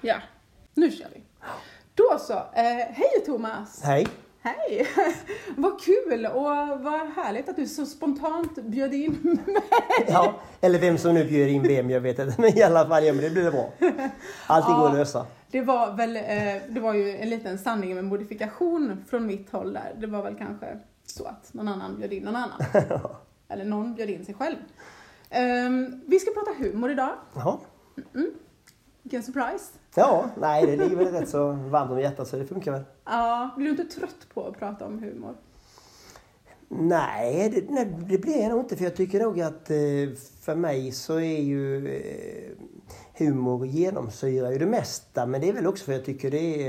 Ja, nu kör vi. Då så. Hej Thomas! Hej! Hej! Vad kul och vad härligt att du så spontant bjöd in mig. Ja, eller vem som nu bjöd in vem, jag vet inte. Men i alla fall, ja, men det blir bra. Allting går att lösa. Det var ju en liten sanning med modifikation från mitt håll där. Det var väl kanske så att någon annan bjöd in någon annan. Eller någon bjöd in sig själv. Vi ska prata humor idag. Jaha. Vilken surprise. Ja, nej, det ligger väl rätt så varmt om hjärtat så det funkar väl. Ja, blir du inte trött på att prata om humor? Nej, det blir jag nog inte. För jag tycker nog att för mig så är ju humor genomsyrar ju det mesta. Men det är väl också för jag tycker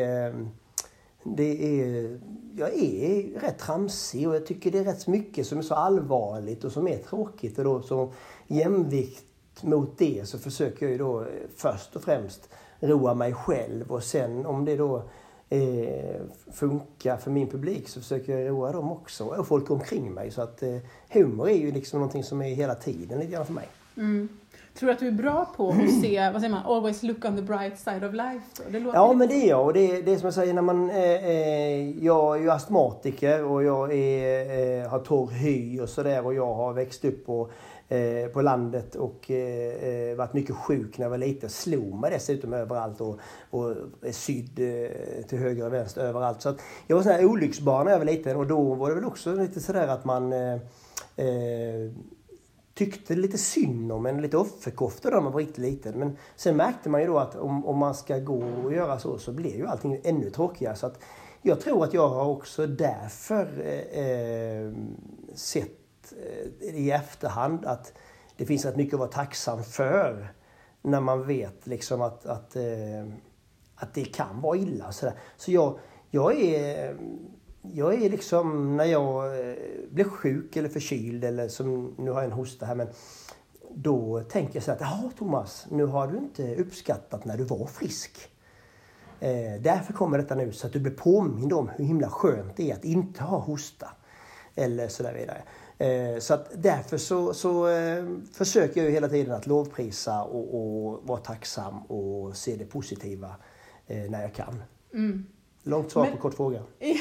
jag är rätt tramsig och jag tycker det är rätt mycket som är så allvarligt och som är tråkigt. Och då som jämvikt mot det så försöker jag ju då först och främst roa mig själv. Och sen om det då funkar för min publik så försöker jag roa dem också. Och folk omkring mig. Så att humor är ju liksom någonting som är hela tiden lite grann för mig. Mm. Tror du att du är bra på att se, vad säger man, always look on the bright side of life? Det låter ja, men det är jag. Och det är som jag säger, jag är ju astmatiker och jag har torr hy och sådär. Och jag har växt upp på landet och varit mycket sjuk när jag var liten. Slog mig dessutom överallt och sydd till höger och vänster överallt. Så att jag var sån här olycksbarn när jag var liten och då var det väl också lite sådär att man tyckte lite synd om en, lite offerkofta då man var riktigt liten. Men sen märkte man ju då att om man ska gå och göra så blir ju allting ännu tråkigare. Så att jag tror att jag har också därför sett i efterhand att det finns rätt mycket att vara tacksam för när man vet liksom att det kan vara illa. Så jag är liksom när jag blir sjuk eller förkyld eller som nu har jag en hosta här, men då tänker jag så att ja Thomas, nu har du inte uppskattat när du var frisk. Därför kommer detta nu så att du blir påmind om hur himla skönt det är att inte ha hosta eller så där vidare. Så att därför så försöker jag ju hela tiden att lovprisa och vara tacksam och se det positiva när jag kan. Mm. Långt svar på kort fråga.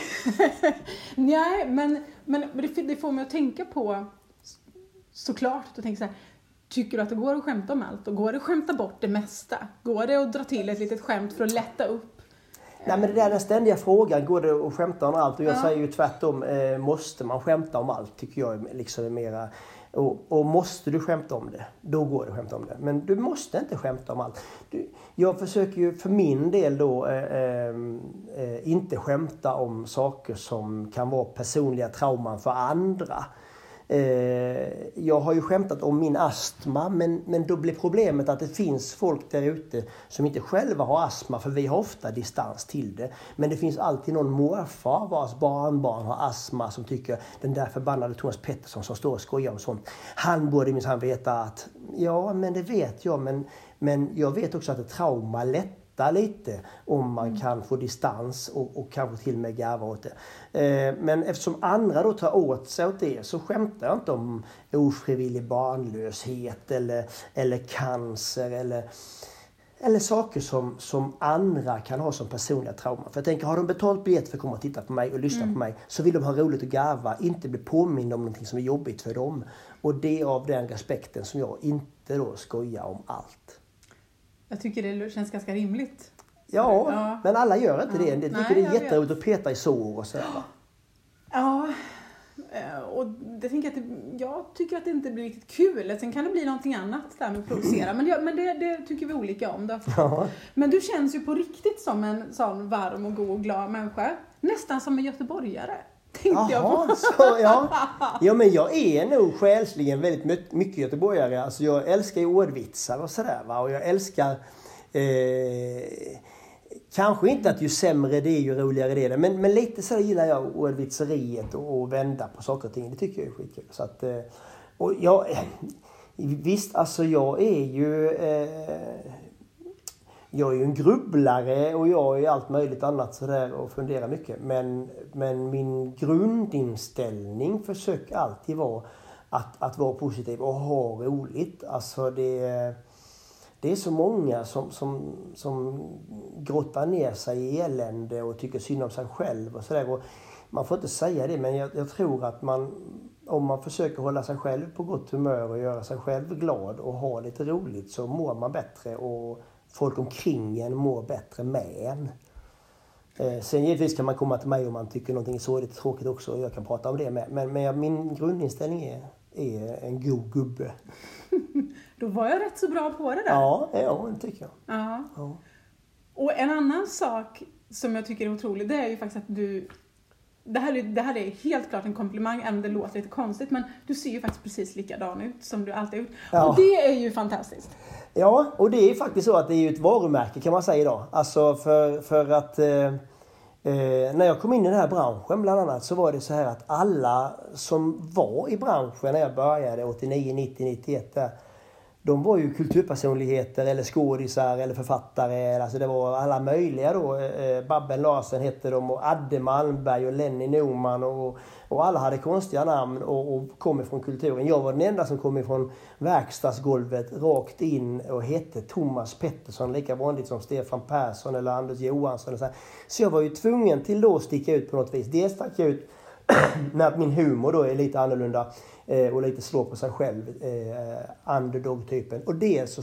Nej, men det får mig att tänka på såklart. Att tänka så här, tycker du att det går att skämta om allt? Och går det att skämta bort det mesta? Går det att dra till ett litet skämt för att lätta upp? Nej, men det där den ständiga frågan, går det att skämta om allt? Och jag säger ju tvärtom, måste man skämta om allt tycker jag liksom är mera. Och måste du skämta om det, då går det att skämta om det. Men du måste inte skämta om allt. Jag försöker ju för min del då inte skämta om saker som kan vara personliga trauman för andra. Jag har ju skämtat om min astma, men då blir problemet att det finns folk där ute som inte själva har astma, för vi har ofta distans till det. Men det finns alltid någon morfar vars barnbarn har astma som tycker den där förbannade Thomas Pettersson som står och skojar om sånt. Han borde minsann veta att ja, men det vet jag, men jag vet också att ett trauma lättar lite om man kan få distans och kanske till och med garva åt det. Men eftersom andra då tar åt sig åt det så skämtar jag inte om ofrivillig barnlöshet eller cancer eller saker som andra kan ha som personliga trauma. För jag tänker, har de betalt biljett för att komma och titta på mig och lyssna på mig, så vill de ha roligt och garva, inte bli påminna om någonting som är jobbigt för dem. Och det är av den respekten som jag inte då skojar om allt. Jag tycker det känns ganska rimligt. Ja, men alla gör inte det. Det tycker det är jätteroligt att peta i sår och sådär. Ja, och jag tycker att det inte blir riktigt kul. Sen kan det bli någonting annat där med att provocera. Men det tycker vi olika om. Då. Ja. Men du känns ju på riktigt som en sån varm och god och glad människa. Nästan som en göteborgare. Ja, men jag är nog själsligen väldigt mycket göteborgare. Alltså jag älskar ju ordvitsar och sådär, va? Och jag älskar kanske inte att ju sämre det är ju roligare det är. Men lite så gillar jag ordvitseriet och vända på saker och ting. Det tycker jag är skitkul. Så att, och jag visst, alltså jag är ju en grubblare och jag är allt möjligt annat sådär och funderar mycket. Men min grundinställning försöker alltid vara att vara positiv och ha roligt. Alltså det det är så många som grottar ner sig i elände och tycker synd om sig själv och sådär. Och man får inte säga det, men jag tror att om man försöker hålla sig själv på gott humör och göra sig själv glad och ha lite roligt, så mår man bättre och folk omkring en mår bättre med en. Sen givetvis kan man komma till mig om man tycker någonting är så lite tråkigt också, och jag kan prata om det med. Men min grundinställning är en god gubbe. Då var jag rätt så bra på det där. Ja, det tycker jag. Ja. Ja. Och en annan sak som jag tycker är otrolig, det är ju faktiskt att du... Det här är helt klart en komplimang, även om det låter lite konstigt, men du ser ju faktiskt precis likadan ut som du alltid har gjort. Ja. Och det är ju fantastiskt. Ja, och det är faktiskt så att det är ett varumärke, kan man säga idag. Alltså för att när jag kom in i den här branschen bland annat, så var det så här att alla som var i branschen när jag började 89, 90, 91 där, de var ju kulturpersonligheter eller skådisar eller författare. Alltså det var alla möjliga då. Babben Larsen hette de, och Adde Malmberg och Lenny Norman. Och alla hade konstiga namn och kom ifrån kulturen. Jag var den enda som kom ifrån verkstadsgolvet rakt in och hette Thomas Pettersson. Lika vanligt som Stefan Persson eller Anders Johansson. Och så jag var ju tvungen till då att sticka ut på något vis. Dels stack jag ut när min humor då är lite annorlunda. Och lite slå på sig själv, underdog-typen. Och det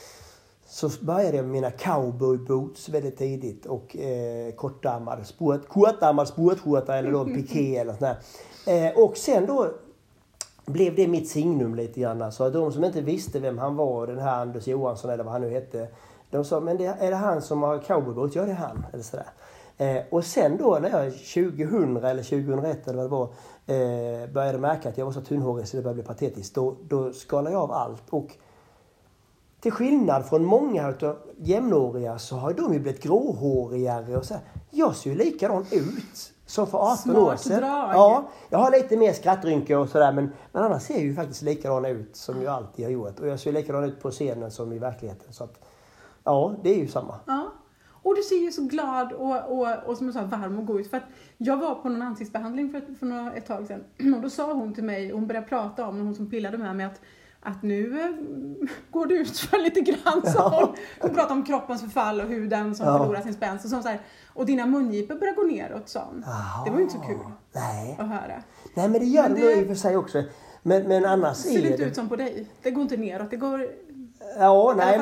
så började jag med mina cowboy boots väldigt tidigt. Och kortärmad sportskjorta eller då piké eller sådär. Och sen då blev det mitt signum lite grann. Så de som inte visste vem han var, den här Anders Johansson eller vad han nu hette, de sa, men är det han som har cowboy boots? Ja, det är han. Eller sådär. Och sen då när jag 2000 eller 2001 eller vad det var, började märka att jag var så tunnhårig så det började bli patetiskt, då skalade jag av allt. Och till skillnad från många av jämnåriga så har de ju blivit gråhårigare och så här. Jag ser ju likadan ut som för 18 år sedan. Drag. Ja, jag har lite mer skrattrynkor och sådär, men annars ser jag ju faktiskt likadan ut som jag alltid har gjort. Och jag ser likadan ut på scenen som i verkligheten. Så att, ja, det är ju samma. Ja. Och du ser ju så glad och som jag sa, varm och god ut. För att jag var på någon ansiktsbehandling för ett tag sedan. Och då sa hon till mig, hon började prata om, hon som pillade med mig, att nu går det ut för lite grann. Så hon pratade om kroppens förfall och huden som förlorar sin spänst. Och, så här, och dina mungipor börjar gå neråt, sån. Det var ju inte så kul att höra. Nej, men det gör det i och för sig också. Men annars ser det inte ut som på dig. Det går inte neråt, det går... Ja, nej,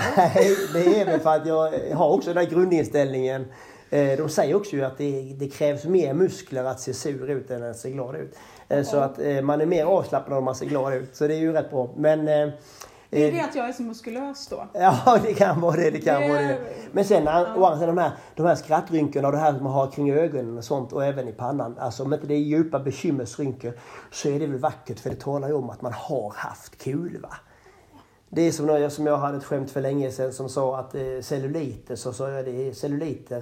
det är väl för att jag har också den här grundinställningen. De säger också ju att det krävs mer muskler att se sur ut än att se glad ut. Så att man är mer avslappnad om man ser glad ut. Så det är ju rätt bra. Men, det är det att jag är så muskulös då. Ja, det kan vara det. Men sen å andra sidan de här skrattrynkorna och det här som man har kring ögonen och sånt, och även i pannan. Alltså om inte det är djupa bekymmersrynkor, så är det väl vackert, för det talar ju om att man har haft kul, va? Det är som jag hade ett skämt för länge sedan som sa att celluliter, så sa jag det, celluliter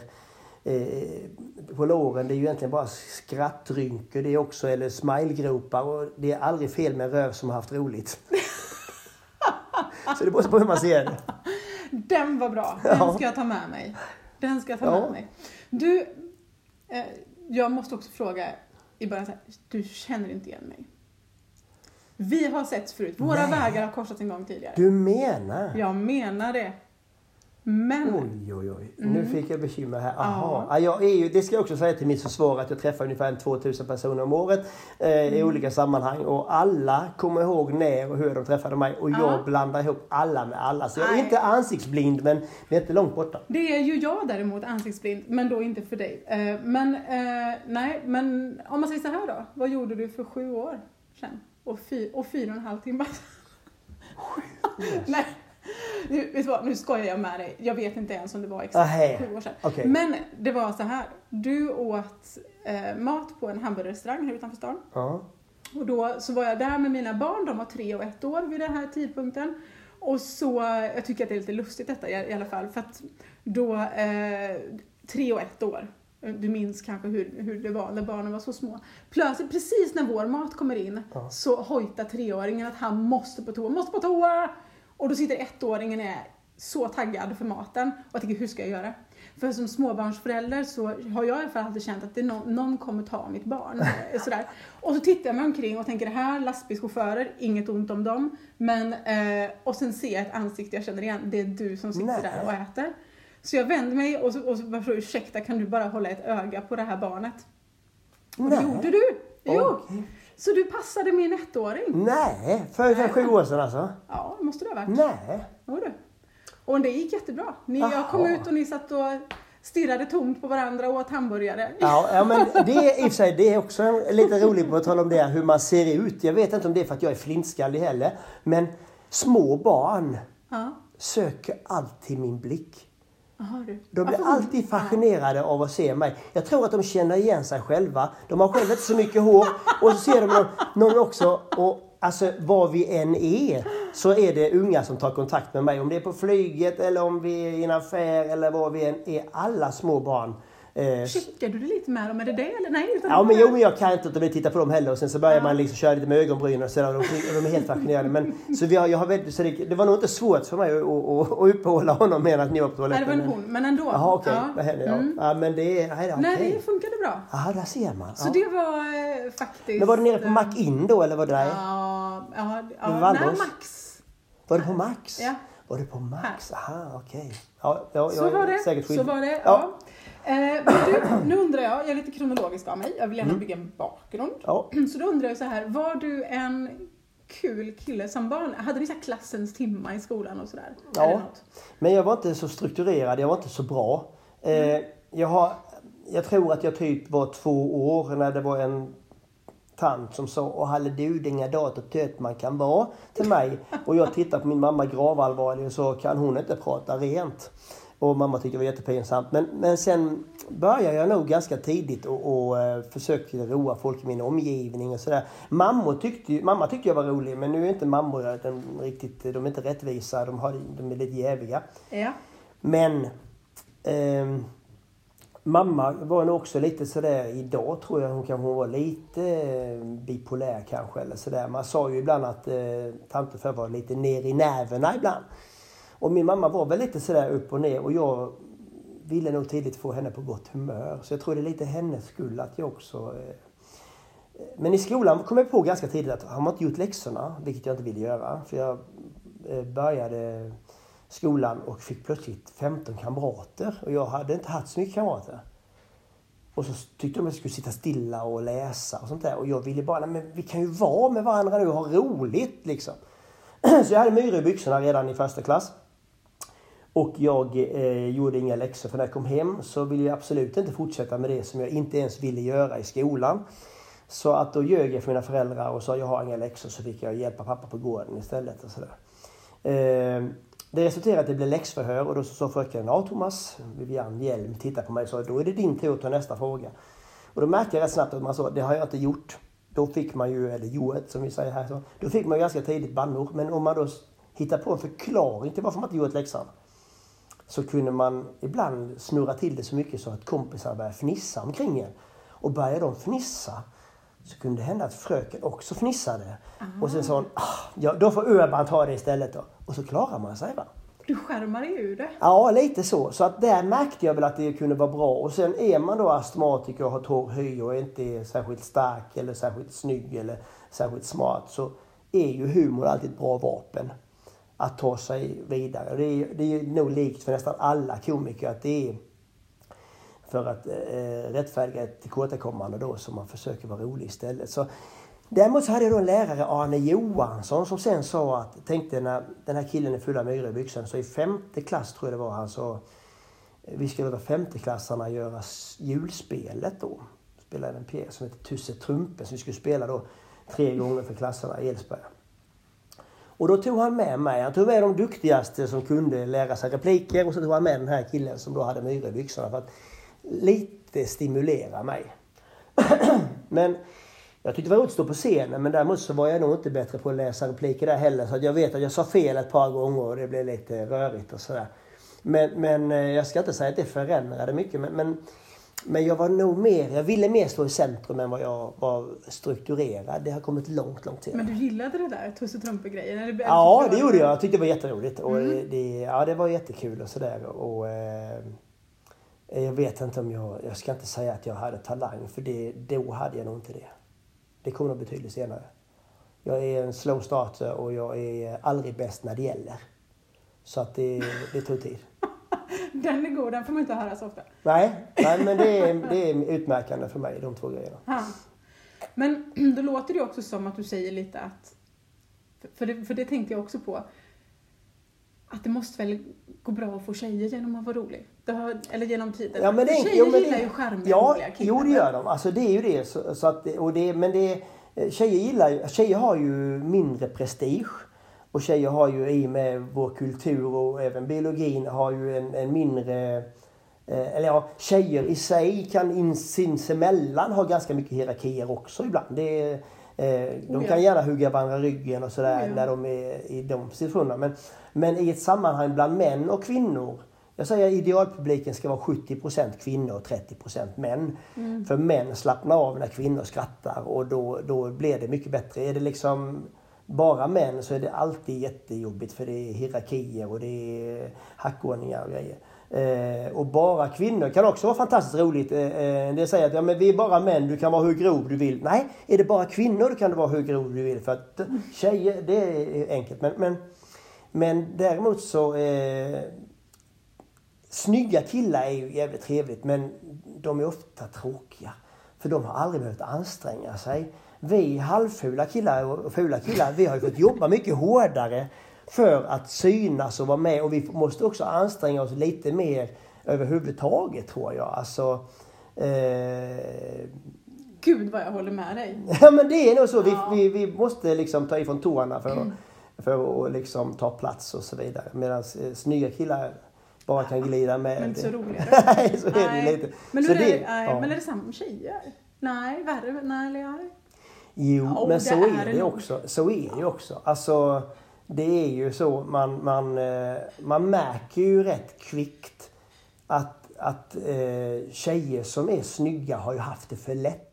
på låren, det är ju egentligen bara skrattrynkor, det är också, eller smilegropar, och det är aldrig fel med röv som har haft roligt. Så det beror på hur man ser det. Den var bra, den ska jag ta med mig. Du, jag måste också fråga i början så här, du känner inte igen mig? Vi har sett förut. Våra vägar har korsats en gång tidigare. Du menar? Jag menar det. Men... Oj. Nu fick jag bekymmer här. Aha. Ja. Det ska jag också säga till mitt försvar, att jag träffar ungefär 2000 personer om året i olika sammanhang. Och alla kommer ihåg när och hur de träffade mig. Och jag blandar ihop alla med alla. Så jag är inte ansiktsblind, men det är inte långt borta. Det är ju jag däremot, ansiktsblind. Men då inte för dig. Men om man säger så här då. Vad gjorde du för 7 år sedan? Och 4,5 timmar. Nej. Vet du vad, nu skojar jag med dig. Jag vet inte ens om det var exakt 7 år sedan. Okay. Men det var så här. Du åt mat på en hamburgerrestaurang här utanför stan. Och då så var jag där med mina barn. De var 3 och 1 år vid den här tidpunkten. Och så, jag tycker att det är lite lustigt detta i alla fall. För att då 3 och 1 år. Du minns kanske hur det var när barnen var så små. Plötsligt, precis när vår mat kommer in, så hojtar 3-åringen att han måste på toa. Och då sitter 1-åringen är så taggad för maten och jag tänker, hur ska jag göra? För som småbarnsförälder så har jag i alla fall alltid känt att det är någon kommer ta mitt barn. Sådär. Och så tittar jag mig omkring och tänker, det här lastbilschaufförer, inget ont om dem. Men, och sen ser jag ett ansikte jag känner igen, det är du som sitter där och äter. Så jag vänder mig och så bara frågar, ursäkta, kan du bara hålla ett öga på det här barnet? Och det gjorde du. Jo. Okay. Så du passade min 1-åring? Nej, för 7 år sedan alltså? Ja, det måste det ha varit. Nej. Jo, du. Och det gick jättebra. Jag kom ut och ni satt och stirrade tomt på varandra och åt hamburgare. Ja, men det är i och för sig, det är också lite roligt på att tala om det, hur man ser ut. Jag vet inte om det är för att jag är flintskallig heller. Men små barn söker alltid min blick. De blir alltid fascinerade av att se mig. Jag tror att de känner igen sig själva. De har själva inte så mycket hår. Och så ser de någon också. Och alltså vad vi än är, så är det unga som tar kontakt med mig. Om det är på flyget eller om vi är i en affär eller vad vi än är. Alla små barn. Checkar du det lite med dem? Är det eller nej? Ja, men jag kan inte titta på dem heller. Och sen så börjar man liksom köra lite med ögonbrynen och så där, och de är helt fascinerande. Men så jag har väldigt, så det var nog inte svårt för mig att uppehålla honom med att ni var på toaletten. Nej, det var en hon, men ändå. Jaha, okej. Vad händer? Ja, men det är... Nej, det funkade bra. Ja, där ser man. Så det var faktiskt... Men var det nere på Mac-In då, eller var det där? Ja, nej, Max. Var det på Max? Ja. Var det på Max? Aha, okej. Ja, så var det. Så var det, ja. Men nu undrar jag är lite kronologisk av mig. Jag vill gärna bygga en bakgrund. Ja. Så då undrar jag så här, var du en kul kille som barn? Hade ni så här klassens timma i skolan och sådär? Ja, men jag var inte så strukturerad, jag var inte så bra. Jag tror att jag typ var 2 år när det var en tant som sa, och hade du inga datortöt man kan vara till mig. Och jag tittade på min mamma gravallvarlig och så kan hon inte prata rent. Och mamma tyckte det var jättepinsamt. Men sen började jag nog ganska tidigt och försökte roa folk i min omgivning och sådär. Mamma tyckte jag var rolig, men nu är inte mammor de är inte rättvisa, de är lite jäviga. Ja. Men mamma var nog också lite sådär, idag tror jag hon var lite bipolär kanske eller sådär. Man sa ju ibland att tanten för var lite ner i nerverna ibland. Och min mamma var väl lite sådär upp och ner, och jag ville nog tidigt få henne på gott humör. Så jag tror det är lite hennes skull att jag också... Men i skolan kom jag på ganska tidigt att har man inte gjort läxorna, vilket jag inte ville göra. För jag började skolan och fick plötsligt 15 kamrater. Och jag hade inte haft så mycket kamrater. Och så tyckte de att jag skulle sitta stilla och läsa och sånt där. Och jag ville bara, men vi kan ju vara med varandra nu och ha roligt liksom. Så jag hade myror i byxorna redan i första klass. Och jag gjorde inga läxor, för när jag kom hem så ville jag absolut inte fortsätta med det som jag inte ens ville göra i skolan. Så att då ljög jag för mina föräldrar och sa jag har inga läxor, så fick jag hjälpa pappa på gården istället. Och sådär. Det resulterade att det blev läxförhör, och då sa fröken, ja Thomas, Vivian Hjelm titta på mig och sa, då är det din tur att ta nästa fråga. Och då märkte jag rätt snabbt att man sa, det har jag inte gjort. Då fick man ju, eller joet som vi säger här, så, då fick man ju ganska tidigt bannor. Men om man då hittar på en förklaring till varför man inte gjort läxan, så kunde man ibland snurra till det så mycket så att kompisar började fnissa omkring en. Och började de fnissa, så kunde det hända att fröken också fnissade. Och sen sa hon, ja, då får Urban ta det istället då. Och så klarar man sig, va? Du skärmar dig ur det? Ja, lite så. Så att där märkte jag väl att det kunde vara bra. Och sen är man då astmatiker och har torr hy och inte är särskilt stark eller särskilt snygg eller särskilt smart, så är ju humor alltid ett bra vapen att ta sig vidare. Det är nog likt för nästan alla komiker att det är för att rättfärdiga ett tillkortakommande då som man försöker vara rolig istället. Så däremot så hade jag då en lärare, Arne Johansson, som sen sa att, tänkte när den här killen är full av myror i byxan, så i 5:e klass tror jag det var, han sa vi ska låta 5:e-klassarna göra julspelet då. Spelade en pjäs som heter Tusse Trumpen som vi skulle spela då 3 gånger för klasserna i Älvsberg. Och då tog han med mig, han tog med de duktigaste som kunde lära sig repliker, och så tog han med den här killen som då hade myror i byxorna för att lite stimulera mig. Men jag tyckte det var roligt att stå på scenen, men däremot så var jag nog inte bättre på att läsa repliker där heller. Så att jag vet att jag sa fel ett par gånger och det blev lite rörigt och sådär. Men jag ska inte säga att det förändrade mycket. Men jag var nog jag ville mer stå i centrum än vad jag var strukturerad. Det har kommit långt till. Men du gillade det där Tusse Trumpe-grejen? Ja, det gjorde jag. Jag tyckte det var jätteroligt. Och det var jättekul och sådär. Och Jag vet inte om jag ska inte säga att jag hade talang, för då hade jag nog inte det. Det kommer nog betydligt senare. Jag är en slow starter och jag är aldrig bäst när det gäller. Så att det tog tid. Den är god, den får man inte höra så ofta. Nej, men det är utmärkande för mig, de två grejerna. Ha. Men då låter det också som att du säger lite att, för det tänkte jag också på, att det måste väl gå bra att få tjejer genom att vara rolig. Eller genom tiden. Ja, men tjejer gillar ju charmiga, roliga killar. Jo, det gör de. Alltså det är ju det. Så att, tjejer har ju mindre prestige. Och tjejer har ju i med vår kultur och även biologin har ju en mindre... tjejer i sig kan sinsemellan ha ganska mycket hierarkier också ibland. De kan gärna hugga varandra ryggen och sådär när de är i de situationerna. Men i ett sammanhang bland män och kvinnor, jag säger idealpubliken ska vara 70% kvinnor och 30% män. För män slappnar av när kvinnor skrattar och då blir det mycket bättre. Är det liksom bara män så är det alltid jättejobbigt, för det är hierarkier och det är hackordningar och grejer. Och bara kvinnor kan också vara fantastiskt roligt. Det säger att men vi är bara män, du kan vara hur grov du vill. Nej, är det bara kvinnor du kan du vara hur grov du vill. För att tjejer, det är enkelt. Men däremot så... snygga killar är ju jävligt trevligt, men de är ofta tråkiga. För de har aldrig behövt anstränga sig. Vi halvfula killar och fula killar, vi har ju fått jobba mycket hårdare för att synas och vara med. Och vi måste också anstränga oss lite mer överhuvudtaget, tror jag. Alltså... Gud vad jag håller med dig. Ja, men det är nog så. Ja. Vi måste liksom ta ifrån tårna för att liksom ta plats och så vidare. Medan snygga killar bara kan glida med. Men så roligare. Nej, så är det lite. Men, men är det samma med tjejer? Nej, värre. Nej, eller jo, men så är det också. Så är det också. Alltså, det är ju så. Man märker ju rätt kvickt att tjejer som är snygga har ju haft det för lätt.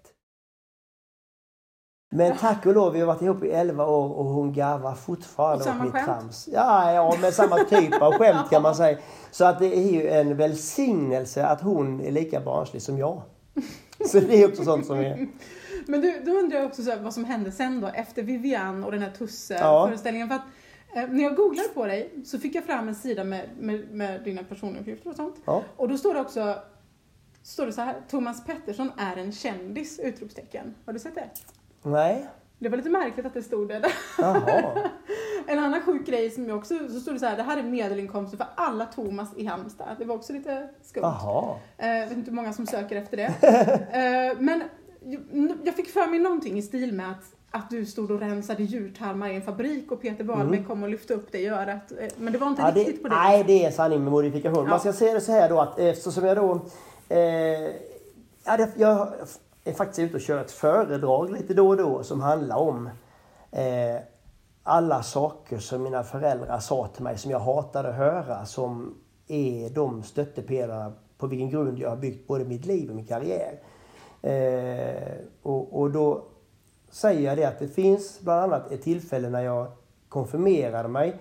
Men tack och lov, vi har varit ihop i 11 år och hon garvar fortfarande åt mitt trams. Ja, med samma typ av skämt kan man säga. Så att det är ju en välsignelse att hon är lika barnslig som jag. Så det är också sånt som är... Men då undrar jag också så här, vad som hände sen då, efter Vivian och den här Tusse-föreställningen. För att när jag googlade på dig så fick jag fram en sida med dina personuppgifter och sånt. Ja. Och då står det så här, Thomas Pettersson är en kändis, utropstecken. Har du sett det? Nej. Det var lite märkligt att det stod det där. Jaha. En annan sjuk grej som jag också, så stod det så här, det här är medelinkomster för alla Thomas i Halmstad. Det var också lite skumt. Jaha. Jag vet inte hur många som söker efter det. Men jag fick för mig någonting i stil med att du stod och rensade djurtarmar i en fabrik och Peter Wahlbeck kom och lyfte upp det i örat. Men det var inte riktigt på det. Nej, det är en sanning med modifikation. Ja. Man ska säga det så här då, att eftersom jag då... jag är faktiskt ute och kör ett föredrag lite då och då som handlar om alla saker som mina föräldrar sa till mig som jag hatade att höra, som är de stöttepelarna på vilken grund jag har byggt både mitt liv och min karriär. Och då säger jag det att det finns bland annat ett tillfälle när jag konfirmerade mig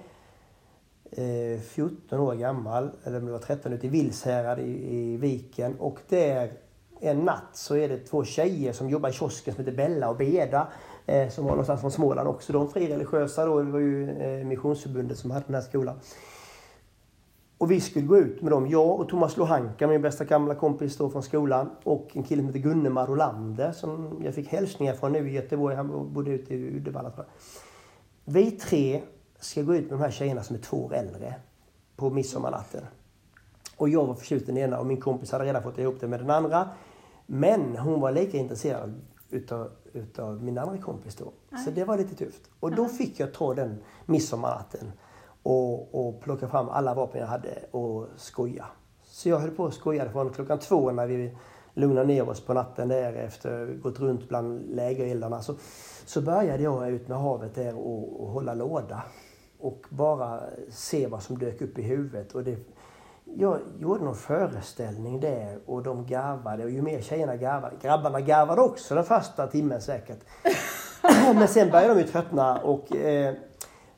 14 år gammal, eller om det var 13, ute i Vilshärad i Viken, och där en natt så är det 2 tjejer som jobbar i kiosken som heter Bella och Beda, som var någonstans från Småland också. De frireligiösa då, det var ju Missionsförbundet som hade den här skolan. Och vi skulle gå ut med dem, jag och Thomas Lohanka, min bästa gamla kompis då från skolan, och en kille som heter Gunnar Rolander som jag fick hälsningar från nu i Göteborg, han bodde ute i Uddevalla, tror jag. Vi 3 ska gå ut med de här tjejerna som är 2 år äldre på midsommarnatten. Och jag var förtjust den ena och min kompis hade redan fått ihop det med den andra. Men hon var lika intresserad utav min andra kompis då. Så det var lite tufft. Och då fick jag ta den midsommarnatten och plocka fram alla vapen jag hade och skoja. Så jag höll på att skoja från 2:00 när vi lugnade ner oss på natten där efter gått runt bland lägereldarna. Så började jag ut med havet där och hålla låda. Och bara se vad som dök upp i huvudet. Och jag gjorde någon föreställning där och de garvade, och ju mer tjejerna garvade, grabbarna garvade också den första timmen säkert. Men sen började de ju tröttna och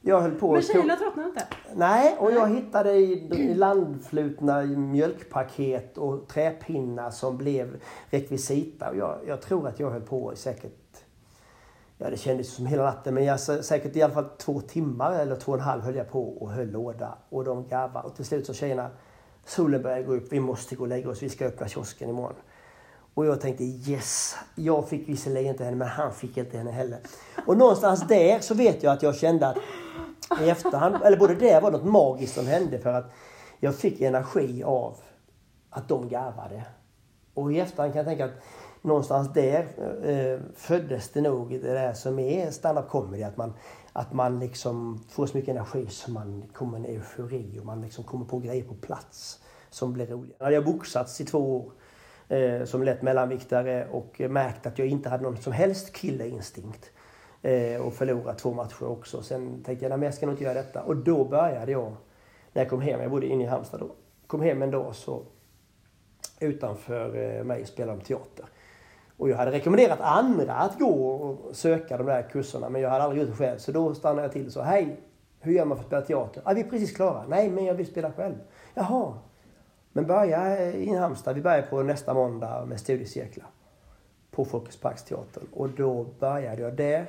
Jag höll på. Men tjejerna tröttnade inte? Nej, och jag hittade i landflutna mjölkpaket och träpinnar som blev rekvisita. Och jag tror att jag höll på säkert, ja det kändes som hela natten, men säkert i alla fall 2 timmar eller 2,5 höll jag på och höll låda. Och de garvade. Och till slut så tjejerna, solen började gå upp, vi måste gå och lägga oss, vi ska öppna kiosken imorgon. Och jag tänkte yes, jag fick visserligen inte henne, men han fick inte henne heller. Och någonstans där så vet jag att jag kände att i efterhand, eller både det var något magiskt som hände, för att jag fick energi av att de garvade. Och i efterhand kan jag tänka att någonstans där föddes det nog det där som är stand-up comedy, att man liksom får så mycket energi så man kommer en eufori och man liksom kommer på grejer på plats som blir roliga. Jag hade boxats i 2 år som lätt mellanviktare och märkt att jag inte hade någon som helst killerinstinkt. Och förlorat 2 matcher också. Sen tänkte jag, nej, jag ska nog inte göra detta. Och då började jag, när jag kom hem, jag bodde inne i Halmstad då. Kom hem en dag så utanför mig spelade de teater. Och jag hade rekommenderat andra att gå och söka de där kurserna, men jag hade aldrig gjort det själv. Så då stannade jag till och sa, hej, hur gör man för att spela teater? Vi är precis klara. Nej, men jag vill spela själv. Jaha. Men börja i Halmstad. Vi börjar på nästa måndag med studiecirklar på Folkets Parksteatern. Och då började jag där.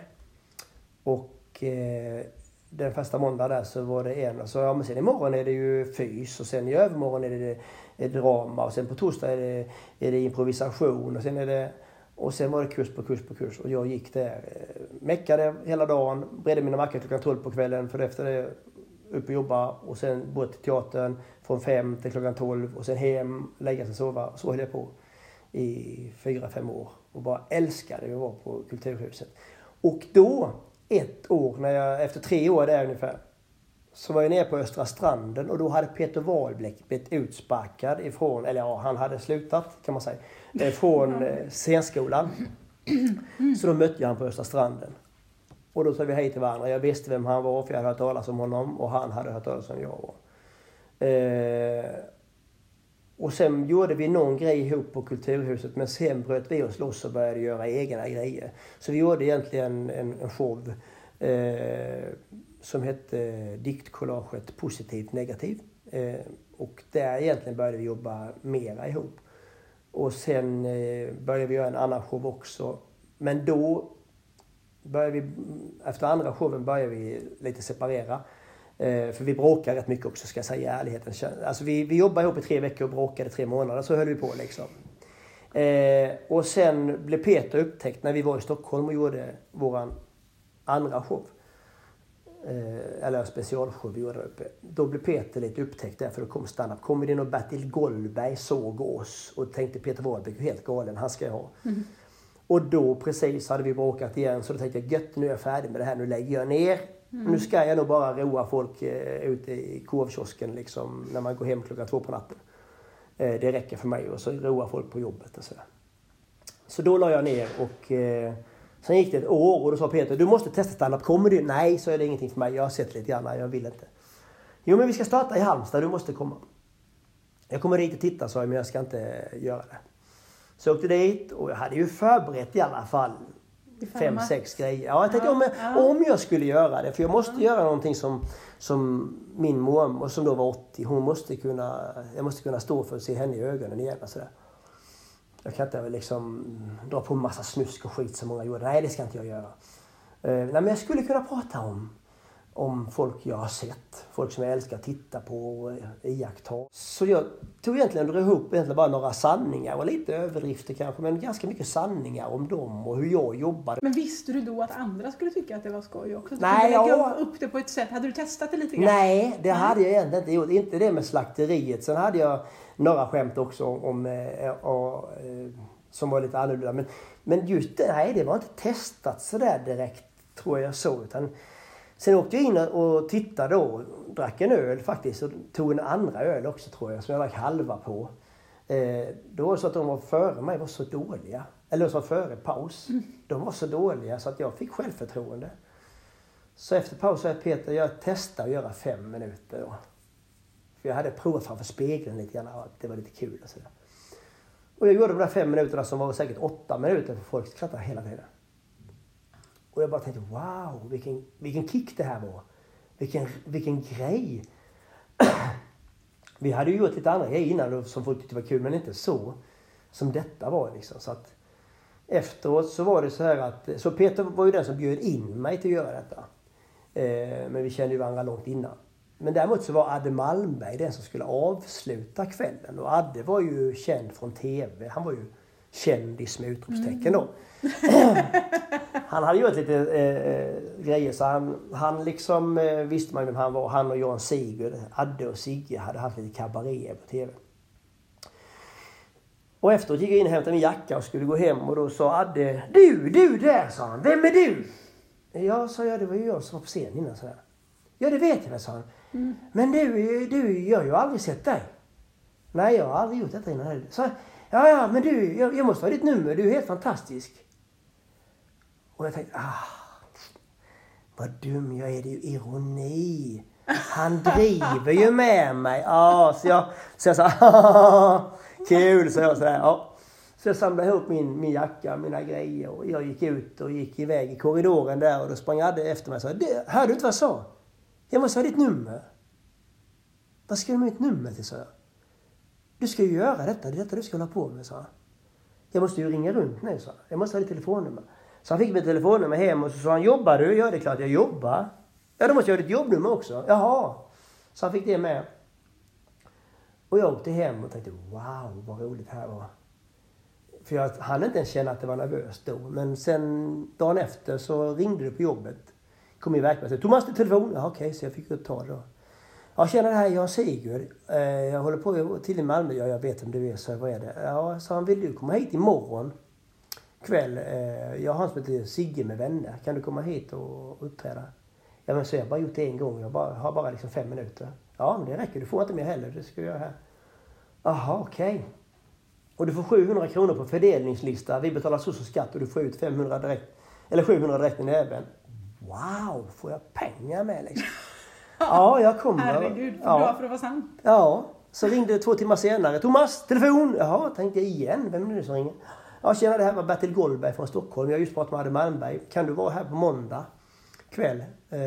Och den första måndagen där så var det en. Och så, ja, men sen imorgon är det ju fys. Och sen i övermorgon är det drama. Och sen på torsdag är det improvisation. Och sen var det kurs på kurs på kurs. Och jag gick där. Mäckade hela dagen. Bredde mina mackor klockan 12 på kvällen. För efter det upp och jobba. Och sen bort till teatern från 5 till klockan 12. Och sen hem, lägga sig, sova. Så höll jag på i 4-5 år. Och bara älskade att vara på Kulturhuset. Och då, ett år, efter 3 år där ungefär, så var jag nere på Östra Stranden. Och då hade Peter Wahlbeck blivit utsparkad ifrån, eller ja, han hade slutat kan man säga, från scenskolan. Så då mötte jag han på Östra Stranden. Och då sa vi hej till varandra. Jag visste vem han var, för jag hade hört talas om honom. Och han hade hört talas om jag var. Och sen gjorde vi någon grej ihop på Kulturhuset. Men sen bröt vi oss loss och började göra egna grejer. Så vi gjorde egentligen en show som hette Diktkollaget Positivt Negativ. Och där egentligen började vi jobba mera ihop. Och sen började vi göra en annan show också. Men då började vi, efter andra showen började vi lite separera. För vi bråkade rätt mycket också, ska jag säga i ärligheten. Alltså vi jobbade ihop i 3 veckor och bråkade 3 månader, så höll vi på liksom. Och sen blev Peter upptäckt när vi var i Stockholm och gjorde våran andra show. Eller specialshow vi gjorde där uppe. Då blev Peter lite upptäckt där, för då kom stand-up comedy och Bertil Goldberg såg oss och tänkte Peter Wahlbeck är helt galen, han ska jag ha. Mm. Och då precis hade vi bråkat igen, så då tänkte jag, gött, nu är jag färdig med det här, nu lägger jag ner. Nu ska jag nog bara roa folk ute i korvkiosken liksom, när man går hem klockan 2 på natten. Det räcker för mig, och så roa folk på jobbet och sådär. Så då la jag ner och sen gick det ett år och då sa Peter, du måste testa stand-up comedy. Nej, så är det ingenting för mig, jag har sett lite grann, jag vill inte. Jo, men vi ska starta i Halmstad, du måste komma. Jag kommer dit och titta, sa jag, men jag ska inte göra det. Så jag åkte dit och jag hade ju förberett i alla fall 5-6 grejer. Ja, jag tänkte om jag skulle göra det. För jag måste göra någonting som min mor, som då var 80, jag måste kunna stå för att se henne i ögonen igen. Och sådär. Jag kan inte liksom dra på en massa snusk och skit som många gjorde. Nej, det ska inte jag göra. Nej, men jag skulle kunna prata om folk jag har sett. Folk som jag älskar att titta på och iaktta. Så jag tog drog ihop bara några sanningar och lite överdrifter kanske. Men ganska mycket sanningar om dem och hur jag jobbade. Men visste du då att andra skulle tycka att det var skoj också? Nej, du lägga upp det på ett sätt. Hade du testat det lite grann? Nej, det hade jag egentligen inte gjort. Inte det med slakteriet. Sen hade jag några skämt också som var lite annorlunda. Men just det, nej, det var inte testat så där direkt, tror jag så. Utan sen åkte jag in och tittade och drack en öl faktiskt. Och tog en andra öl också, tror jag, som jag drack halva på. Då var det så att de var före mig var så dåliga. Eller så var före paus. De var så dåliga så att jag fick självförtroende. Så efter paus sa jag, Peter, jag testade att göra 5 minuter då. För jag hade provat framför spegeln lite grann, att det var lite kul och sådär. Och jag gjorde de där 5 minuterna som var säkert 8 minuter, för folk skrattade hela tiden. Och jag bara tänkte, wow, vilken kick det här var. Vilken grej. Vi hade ju gjort lite andra grejer innan som folk tyckte var kul, men inte så som detta var liksom. Så att efteråt så var det så här att, så Peter var ju den som bjöd in mig till att göra detta. Men vi kände ju varandra långt innan. Men däremot så var Adde Malmberg den som skulle avsluta kvällen. Och Adde var ju känd från tv. Han var ju kändis med utropstecken då. Han hade gjort lite grejer, så han liksom visste man ju vem han var. Han och Jan Sigurd, Adde och Sigge hade haft lite kabaréer på tv. Och efteråt gick jag in och hämtade min jacka och skulle gå hem, och då sa Adde, du där, sa han, vem är du? Ja, sa jag, det var ju jag som var på scen innan, så här. Ja, det vet jag väl, sa han. Men du, jag har ju aldrig sett dig. Nej, jag har aldrig gjort detta innan heller. Så ja, men du, jag måste ha ditt nummer, du är helt fantastisk. Och jag tänkte, vad dum jag är, det är ju ironi. Han driver ju med mig. Så jag sa, kul, så jag sådär, ja. Så jag samlade ihop min jacka, mina grejer, och jag gick ut och gick iväg i korridoren där, och då sprang Adde efter mig och sa, hörde du inte vad jag sa? Jag måste ha ditt nummer. Vad ska du med mitt nummer till, sa jag. Du ska ju göra detta, det är detta du ska hålla på med, sa han. Jag måste ju ringa runt nu, sa han. Jag måste ha ditt telefonnummer. Så han fick mitt telefonnummer hem och så sa han, jobbar du? Ja, det är klart jag jobbar. Ja, då måste jag ha ditt jobbnummer också. Jaha. Så han fick det med. Och jag åkte hem och tänkte, wow, vad roligt det här var. För jag hann inte ens känna att det var nervöst då. Men sen dagen efter så ringde det på jobbet. Kom iväg och sa, Thomas, din telefon? Ja, okej, så jag fick upp ta det då. Ja, känner det här, Jan Sigurd. Jag håller på till i Malmö. Ja, jag vet om du är, så vad är det? Ja, så han vill du komma hit imorgon kväll. Jag har som heter Sigge med vänner. Kan du komma hit och uppträda? Ja, men så jag har bara gjort det en gång. Jag har bara liksom 5 minuter. Ja, men det räcker. Du får inte mer heller. Det ska jag göra här. Jaha, okej. Och du får 700 kronor på fördelningslista. Vi betalar skatt och du får ut 500 direkt. Eller 700 direkt i näven. Wow, får jag pengar med liksom? Ja, jag kommer. Herregud, för bra för att vara sant. Ja, så ringde det 2 timmar senare. Thomas, telefon! Jaha, tänkte jag igen. Vem är det som ringer? Ja, tjena, det här var Bertil Goldberg från Stockholm. Jag har just pratat med Adde Malmberg. Kan du vara här på måndag kväll?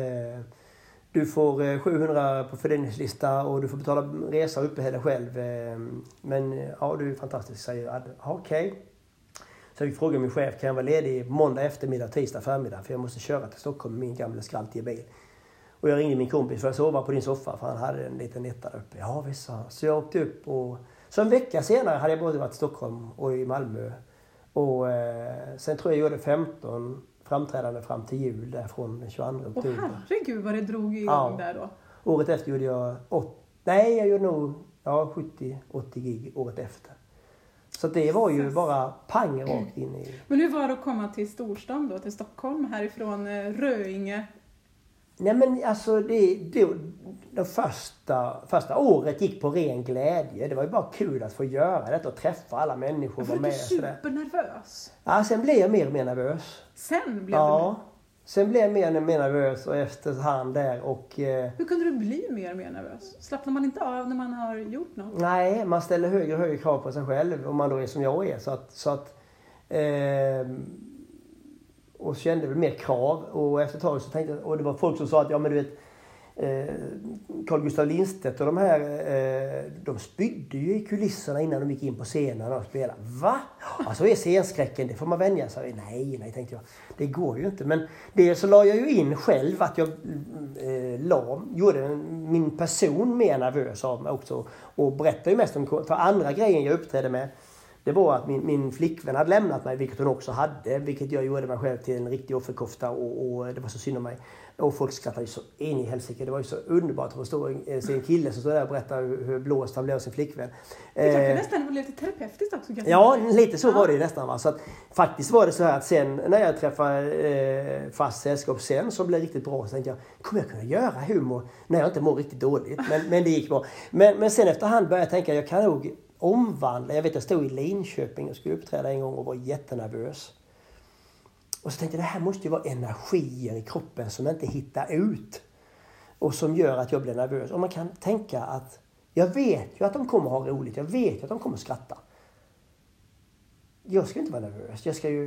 Du får 700 på fördelningslista och du får betala resa och uppehälle själv. Men ja, du är fantastisk, säger Adde. Okej. Så jag frågade min chef, kan jag vara ledig måndag eftermiddag, tisdag förmiddag? För jag måste köra till Stockholm med min gamla skraltiga bil. Och jag ringde min kompis för att sova på din soffa, för han hade en liten etta där uppe. Ja, visst, så jag åkte upp, och så en vecka senare hade jag både varit i Stockholm och i Malmö. Och sen tror jag gjorde 15 framträdande fram till jul där från den 22 oktober. Åh herregud vad det drog igång där då. Året efter gjorde jag jag gjorde nog 70-80 gig året efter. Så det var ju bara pang rakt in i... Men hur var det att komma till storstan då, till Stockholm, härifrån Röinge? Nej, men alltså det första året gick på ren glädje. Det var ju bara kul att få göra det och träffa alla människor. Var du supernervös? Ja, sen blev jag mer och mer nervös. Sen blev jag mer nervös och efterhand där. Och, hur kunde du bli mer och mer nervös? Slappnar man inte av när man har gjort något? Nej, man ställer högre och högre krav på sig själv om man då är som jag är. Och kände väl mer krav, och efter ett tag så tänkte jag, och det var folk som sa att ja, men du vet, Carl Gustaf Lindstedt och de här, de spydde ju i kulisserna innan de gick in på scenen och spelade. Va? Alltså är scenskräcken, det får man vänja sig. Nej, tänkte jag. Det går ju inte. Men det så la jag ju in själv att jag gjorde min person mer nervös av mig också. Och berättade ju mest om, för andra grejen jag uppträdde med, det var att min flickvän hade lämnat mig, vilket hon också hade. Vilket jag gjorde mig själv till en riktig offerkofta, och det var så synd om mig. Och folk skrattade ju så in i helsike. Det var ju så underbart att få se en kille som stod där och berättade hur blåst han blev av sin flickvän. Det kanske nästan var lite terapeutiskt också. Ja, lite så var det nästan. Va? Så att, faktiskt var det så här att sen när jag träffade fast sällskap sen, som blev riktigt bra, så tänkte jag, kommer jag kunna göra humor när jag inte mår riktigt dåligt? Men det gick bra. Men sen efterhand började jag tänka, jag kan nog omvandla. Jag vet, jag stod i Linköping och skulle uppträda en gång och var jättenervös. Och så tänkte jag, det här måste ju vara energier i kroppen som inte hittar ut. Och som gör att jag blir nervös. Och man kan tänka att jag vet ju att de kommer ha roligt. Jag vet ju att de kommer skratta. Jag ska inte vara nervös.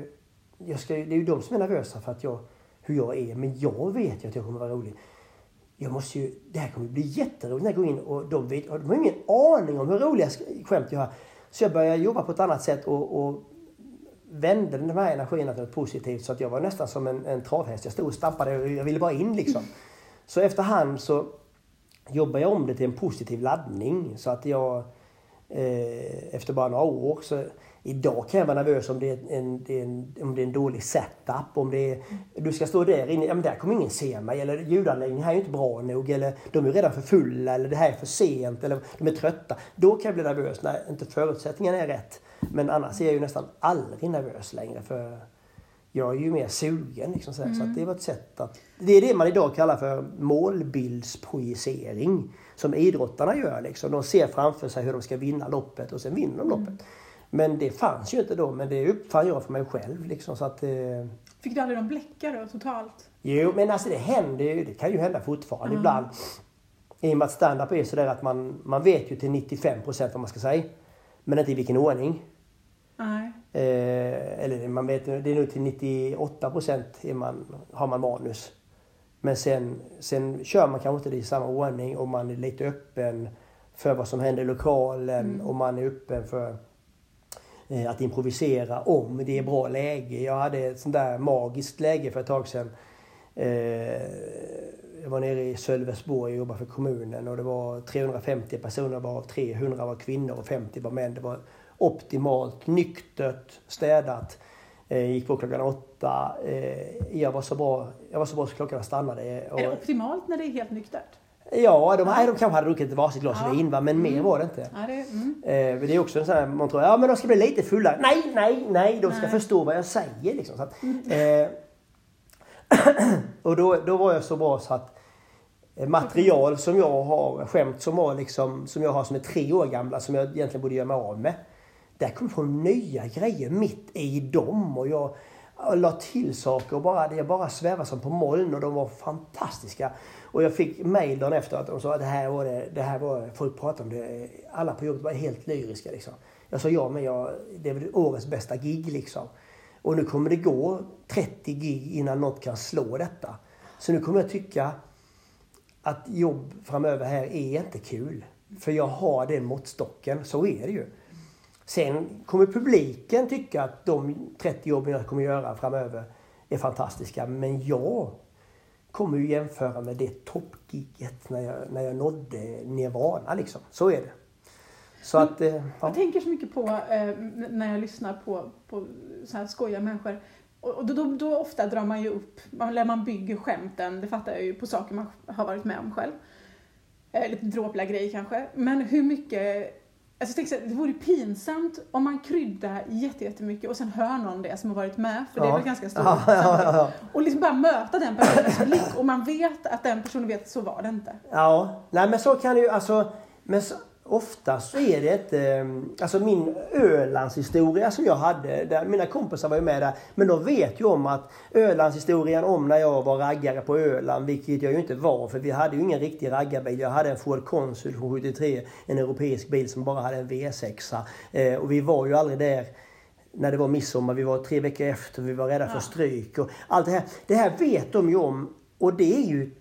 Det är ju de som är nervösa för att hur jag är. Men jag vet ju att jag kommer vara rolig. det här kommer bli jätteroligt när jag går in och de har ingen aning om hur roliga skämt jag har. Så jag började jobba på ett annat sätt och vände den här energin till något positivt, så att jag var nästan som en travhäst. Jag stod och stampade och jag ville bara in liksom. Så efterhand så jobbade jag om det till en positiv laddning, så att jag efter bara några år så idag kan jag vara nervös om det är en dålig setup, om det är, du ska stå där inne, men där kommer ingen se mig, eller ljudanläggningen här är inte bra nog, eller de är redan för fulla, eller det här är för sent, eller de är trötta. Då kan jag bli nervös när inte förutsättningarna är rätt. Men annars är jag ju nästan aldrig nervös längre, för jag är ju mer sugen liksom, så att det var ett sätt att, det är det man idag kallar för målbildsprojicering, som idrottarna gör liksom. De ser framför sig hur de ska vinna loppet och sen vinner de loppet. Men det fanns ju inte då, men det uppfann jag för mig själv liksom, så att Fick du aldrig de bläckar då totalt? Jo, men alltså det kan ju hända fortfarande ibland. I och med att stand-up är sådär att man vet ju till 95% vad man ska säga, men inte i vilken ordning. Nej. Eller man vet, det är nog till 98% har man manus. Men sen kör man kanske inte det i samma ordning, och man är lite öppen för vad som händer i lokalen, och man är öppen för att improvisera om det är bra läge. Jag hade ett sånt där magiskt läge för ett tag sedan. Jag var nere i Sölvesborg och jobbade för kommunen, och det var 350 personer, varav 300 var kvinnor och 50 var män. Det var optimalt, nyktert, städat. Gick på klockan 8. Jag var så bra så klockan stannade. Är det optimalt när det är helt nyktert? Ja, de kanske hade druckit ett varsitt glas vin, men mer var det inte. Ja, det är också en sån här, man tror, men de ska bli lite fulla. Nej, de ska förstå vad jag säger liksom. Så att, och då var jag så bra så att material som jag har, skämt som var liksom, som jag har som är 3 år gamla, som jag egentligen borde göra mig av med. Där kom från nya grejer mitt i dem, och jag la till saker och jag bara svävade som på moln, och de var fantastiska. Och jag fick mejl dagen efter att de sa att det här var folk pratade om det, alla på jobbet var helt lyriska liksom. Jag sa det är väl årets bästa gig liksom. Och nu kommer det gå 30 gig innan något kan slå detta. Så nu kommer jag tycka att jobb framöver här är inte kul, för jag har den måttstocken, så är det ju. Sen kommer publiken tycka att de 30 jobben jag kommer göra framöver är fantastiska. Men jag kommer ju jämföra med det toppgiget när jag nådde nirvana liksom. Så är det. Så att, Jag tänker så mycket på när jag lyssnar på så här skojiga människor. Och då ofta drar man ju upp, man bygger skämten, det fattar jag ju, på saker man har varit med om själv. Lite dråpliga grejer kanske. Men hur mycket... Alltså, jag tänkte, det vore pinsamt om man kryddar jättemycket och sen hör någon det som har varit med. För det är väl ganska stort. Och liksom bara möta den personens blick. Och man vet att den personen vet, så var det inte. Ja, nej men så kan det ju, alltså, men ofta så är det inte, alltså min Ölandshistoria som jag hade, där mina kompisar var ju med där, men de vet ju om att Ölandshistorien om när jag var raggare på Öland, vilket jag ju inte var, för vi hade ju ingen riktig raggarbil. Jag hade en Ford Consul från 73, en europeisk bil som bara hade en V6, och vi var ju aldrig där när det var midsommar, vi var 3 veckor efter, vi var rädda för stryk och allt det här. Det här vet de ju om, och det är ju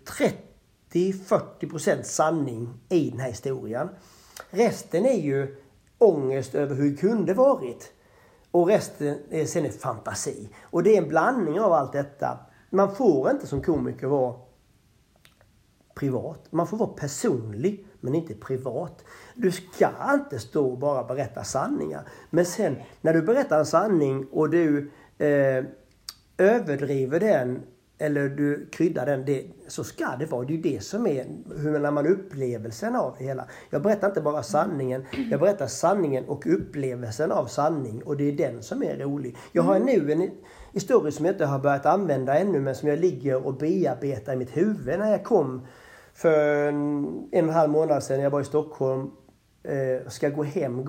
30-40% sanning i den här historien. Resten är ju ångest över hur det kunde varit. Och resten är sen fantasi. Och det är en blandning av allt detta. Man får inte som komiker vara privat. Man får vara personlig, men inte privat. Du ska inte stå och bara berätta sanningar. Men sen när du berättar en sanning och du överdriver den, eller du kryddar den, så ska det vara. Det är ju det som är hur när man upplevelsen av det hela. Jag berättar inte bara sanningen. Jag berättar sanningen och upplevelsen av sanning. Och det är den som är rolig. Jag har nu en historia som jag inte har börjat använda ännu, men som jag ligger och bearbetar i mitt huvud. När jag kom för 1,5 månad sedan, jag var i Stockholm, ska gå hem,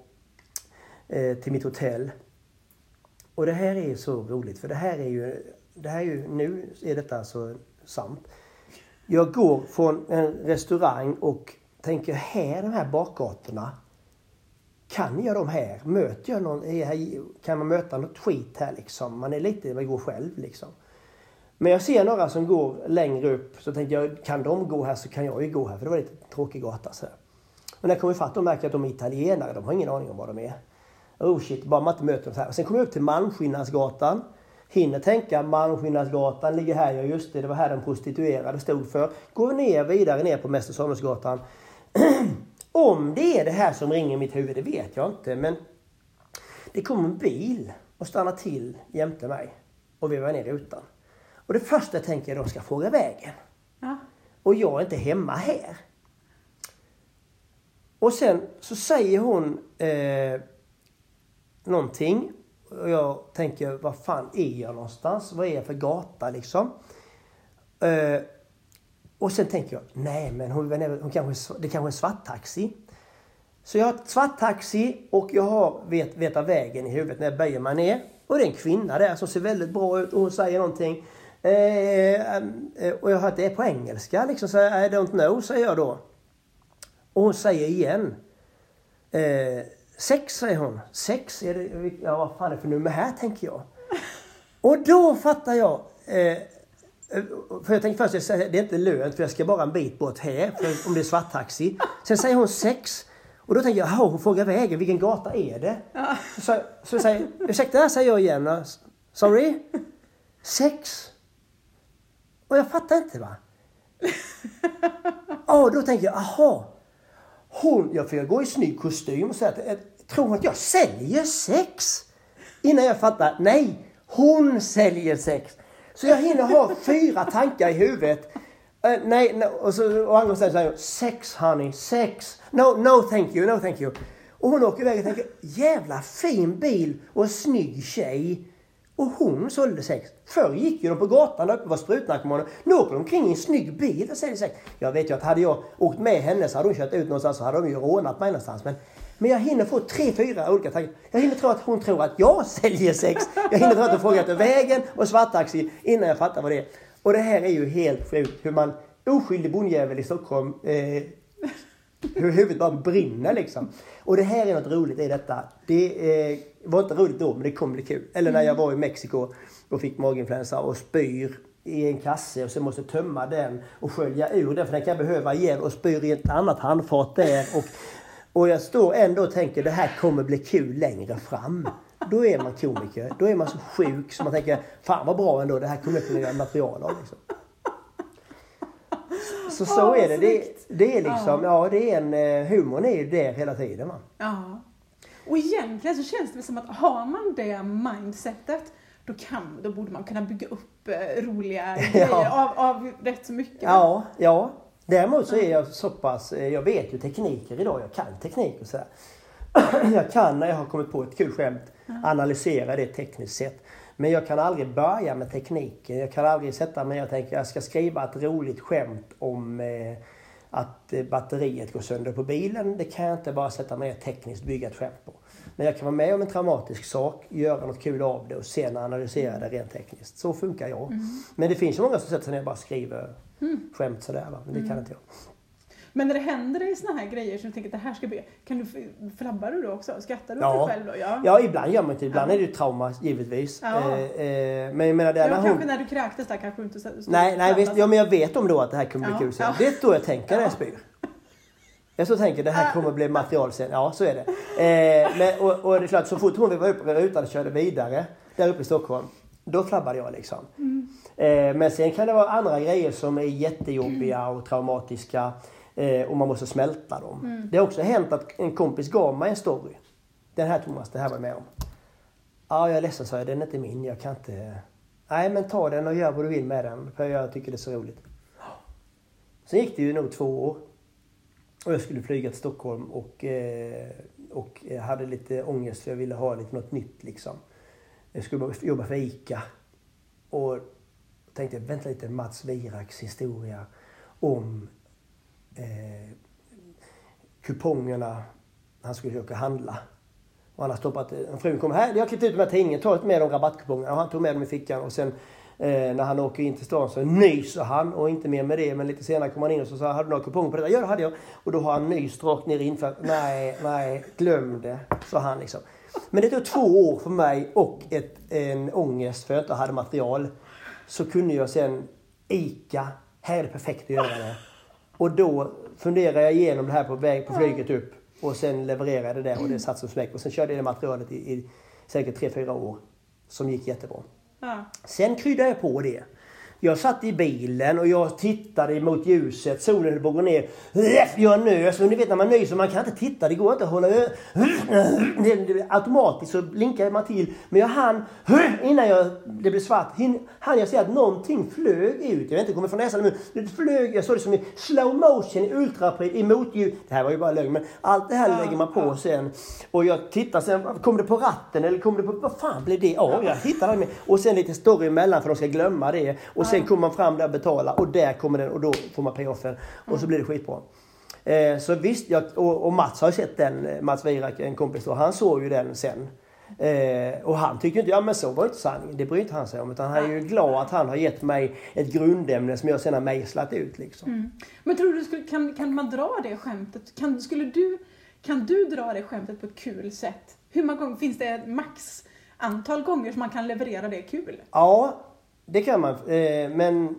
till mitt hotell. Och det här är så roligt, för det här är ju, nu är detta så sant. Jag går från en restaurang och tänker, de här bakgatorna, kan jag de här? Möter jag någon? Kan man möta något skit här liksom? Man är lite, man går själv liksom. Men jag ser några som går längre upp, så tänkte jag, kan de gå här så kan jag ju gå här, för det var lite tråkig gata. Så här. Men när jag kom ifatt och märkte att de är italienare, de har ingen aning om vad de är. Oh shit, bara man inte möter dem så här. Sen kom jag upp till Malmskillnadsgatan. Hinner tänka, Malmskillnadsgatan ligger här, ja just det var här den prostituerade stod för. Går vidare ner på Mäster Samuelsgatan. Om det är det här som ringer i mitt huvud, det vet jag inte. Men det kom en bil och stannade till jämte mig. Och vi var ner i rutan. Och det första jag tänker är att de ska fråga vägen. Ja. Och jag är inte hemma här. Och sen så säger hon någonting. Och jag tänker, vad fan är jag någonstans? Vad är jag för gata liksom? Och sen tänker jag, nej men det kanske är en svart taxi. Så jag har ett svart taxi och jag har vet av vägen i huvudet när jag böjer mig ner. Och det är en kvinna där som ser väldigt bra ut och hon säger någonting. Och jag hör att det är på engelska liksom, så I don't know, säger jag då. Och hon säger igen. 6 säger hon. 6, är det, ja vad fan är det för nummer här tänker jag. Och då fattar jag. För jag tänkte först att det är inte lönt för jag ska bara en bit bort här för, om det är svart taxi. Sen säger hon 6. Och då tänker jag, hon frågar vägen, vilken gata är det? Ja. Så jag säger, ursäkta, säger jag igen. Sorry? 6. Och jag fattar inte va. Då tänker jag, jag går i snygg kostym och säger att jag tror att jag säljer 6. Innan jag fattar, nej, hon säljer 6. Så jag hinner ha 4 tankar i huvudet. Nej, och andra ställen säger 6 honey, 6. No thank you. Och hon åker iväg och tänker, jävla fin bil och snygg tjej. Och hon sålde 6. Förr gick ju de på gatan där uppe var sprutnarkomaner. Nu åker de kring i en snygg bil och säljer 6. Jag vet ju att hade jag åkt med henne så hade hon kört ut någonstans så hade de ju rånat mig någonstans. Men jag hinner få 3-4 olika tankar. Jag hinner tro att hon tror att jag säljer 6. Jag hinner tro att hon frågar efter vägen och svarttaxi innan jag fattar vad det är. Och det här är ju helt sjukt hur man oskyldig bondjävel i Stockholm hur huvudet bara brinner liksom. Och det här är något roligt i detta. Det var inte roligt då men det kommer bli kul. Eller när jag var i Mexiko och fick maginfluensa och spyr i en kasse och så måste tömma den och skölja ur den för den kan behöva igen och spyr i ett annat handfat där och jag står ändå och tänker det här kommer bli kul längre fram. Då är man komiker. Då är man så sjuk som man tänker fan vad bra ändå det här kommer bli en material av liksom. Så är det. Det är liksom, det är en humorn är ju där hela tiden va. Ja. Och egentligen så känns det som att har man det mindsetet då borde man kunna bygga upp roliga grejer av rätt så mycket. Ja. Däremot så är jag så pass, jag vet ju tekniker idag, jag kan teknik och så här. Jag kan när jag har kommit på ett kul skämt analysera det tekniskt sett. Men jag kan aldrig börja med tekniken. Jag kan aldrig sätta mig och tänka jag ska skriva ett roligt skämt om att batteriet går sönder på bilen. Det kan jag inte bara sätta mig och tekniskt bygga ett skämt på. Men jag kan vara med om en traumatisk sak, göra något kul av det och sen analysera det rent tekniskt. Så funkar jag. Men det finns ju många som sätter sig ner och bara skriver skämt sådär. Va? Men det kan inte jag. Men när det händer i såna här grejer som du tänker att det här ska bli, kan du flabbar du då också? Skrattar du dig själv då? Ja, ibland gör man inte. Ibland är det ju trauma, givetvis. Ja. Men jag menar kanske när du kräktes där kanske inte så. Nej, visst, men jag vet om då att det här kommer bli kul sen. Det är då jag tänker när jag spyr. Jag så tänker det här kommer bli material sen. Ja, så är det. Och det är klart, så fort hon var uppe utan att köra vidare där uppe i Stockholm, då flabbade jag liksom. Men sen kan det vara andra grejer som är jättejobbiga och traumatiska. Och man måste smälta dem. Det har också hänt att en kompis gav mig en story. Den här Thomas, det här var jag med om. Ja, jag är ledsen, så den är inte min. Jag kan inte... Nej, men ta den och gör vad du vill med den. För jag tycker det är så roligt. Sen gick det ju nog 2 år. Och jag skulle flyga till Stockholm och jag hade lite ångest för jag ville ha lite något nytt liksom. Jag skulle jobba för ICA. Och tänkte, vänta lite, Mats Wiraks historia om kupongerna han skulle åka handla. Och han har stoppat, en fru kom här, jag har klippt ut de här tidningen, tagit med de rabattkupongerna och han tog med dem i fickan och sen när han åker in till stan så nyser han och inte mer med det, men lite senare kom han in och så sa, hade du några kuponger på det? Ja, det hade jag. Och då har han nyst rakt ner inför, nej, glöm det, sa han liksom. Men det tog 2 år för mig och en ångest för att jag inte hade material. så kunde jag sen ICA, här är det perfekt att göra det. Och då funderade jag igenom det här på väg på flyget upp. Och sen levererade det och det satt som smäck. Och sen körde jag det materialet i säkert 3-4 år. Som gick jättebra. Ja. Sen kryddade jag på det. Jag satt i bilen och jag tittade mot ljuset. Solen höll på att gå ner. Jag nös. Och ni vet när man nös så man kan inte titta. Det går inte att hålla automatiskt så blinkade man till. Men jag hann innan det blev svart. Han jag ser att någonting flög ut. Jag vet inte, kommer från näsan. Men det flög. Jag såg det som i slow motion i ultraprid i motljus. Det här var ju bara lögn. Men allt det här lägger man på sen. Och jag tittade sen. Kom det på ratten? Eller kom det på... Vad fan blev det? Ja, jag tittade med. Och sen lite story emellan för de ska glömma det. Och sen kommer man fram där och betalar och där kommer den och då får man payoffen och så blir det skitbra. Så visst, och Mats har ju sett den, Mats Virak, en kompis då, han såg ju den sen. Och han tyckte inte, ja men så var inte sanningen, det bryr inte han sig om, utan han är ju glad att han har gett mig ett grundämne som jag sen har mejslat ut liksom. Men tror du, kan man dra det skämtet? Kan du dra det skämtet på ett kul sätt? Hur många gånger, finns det ett max antal gånger som man kan leverera det kul? Ja, det kan man, men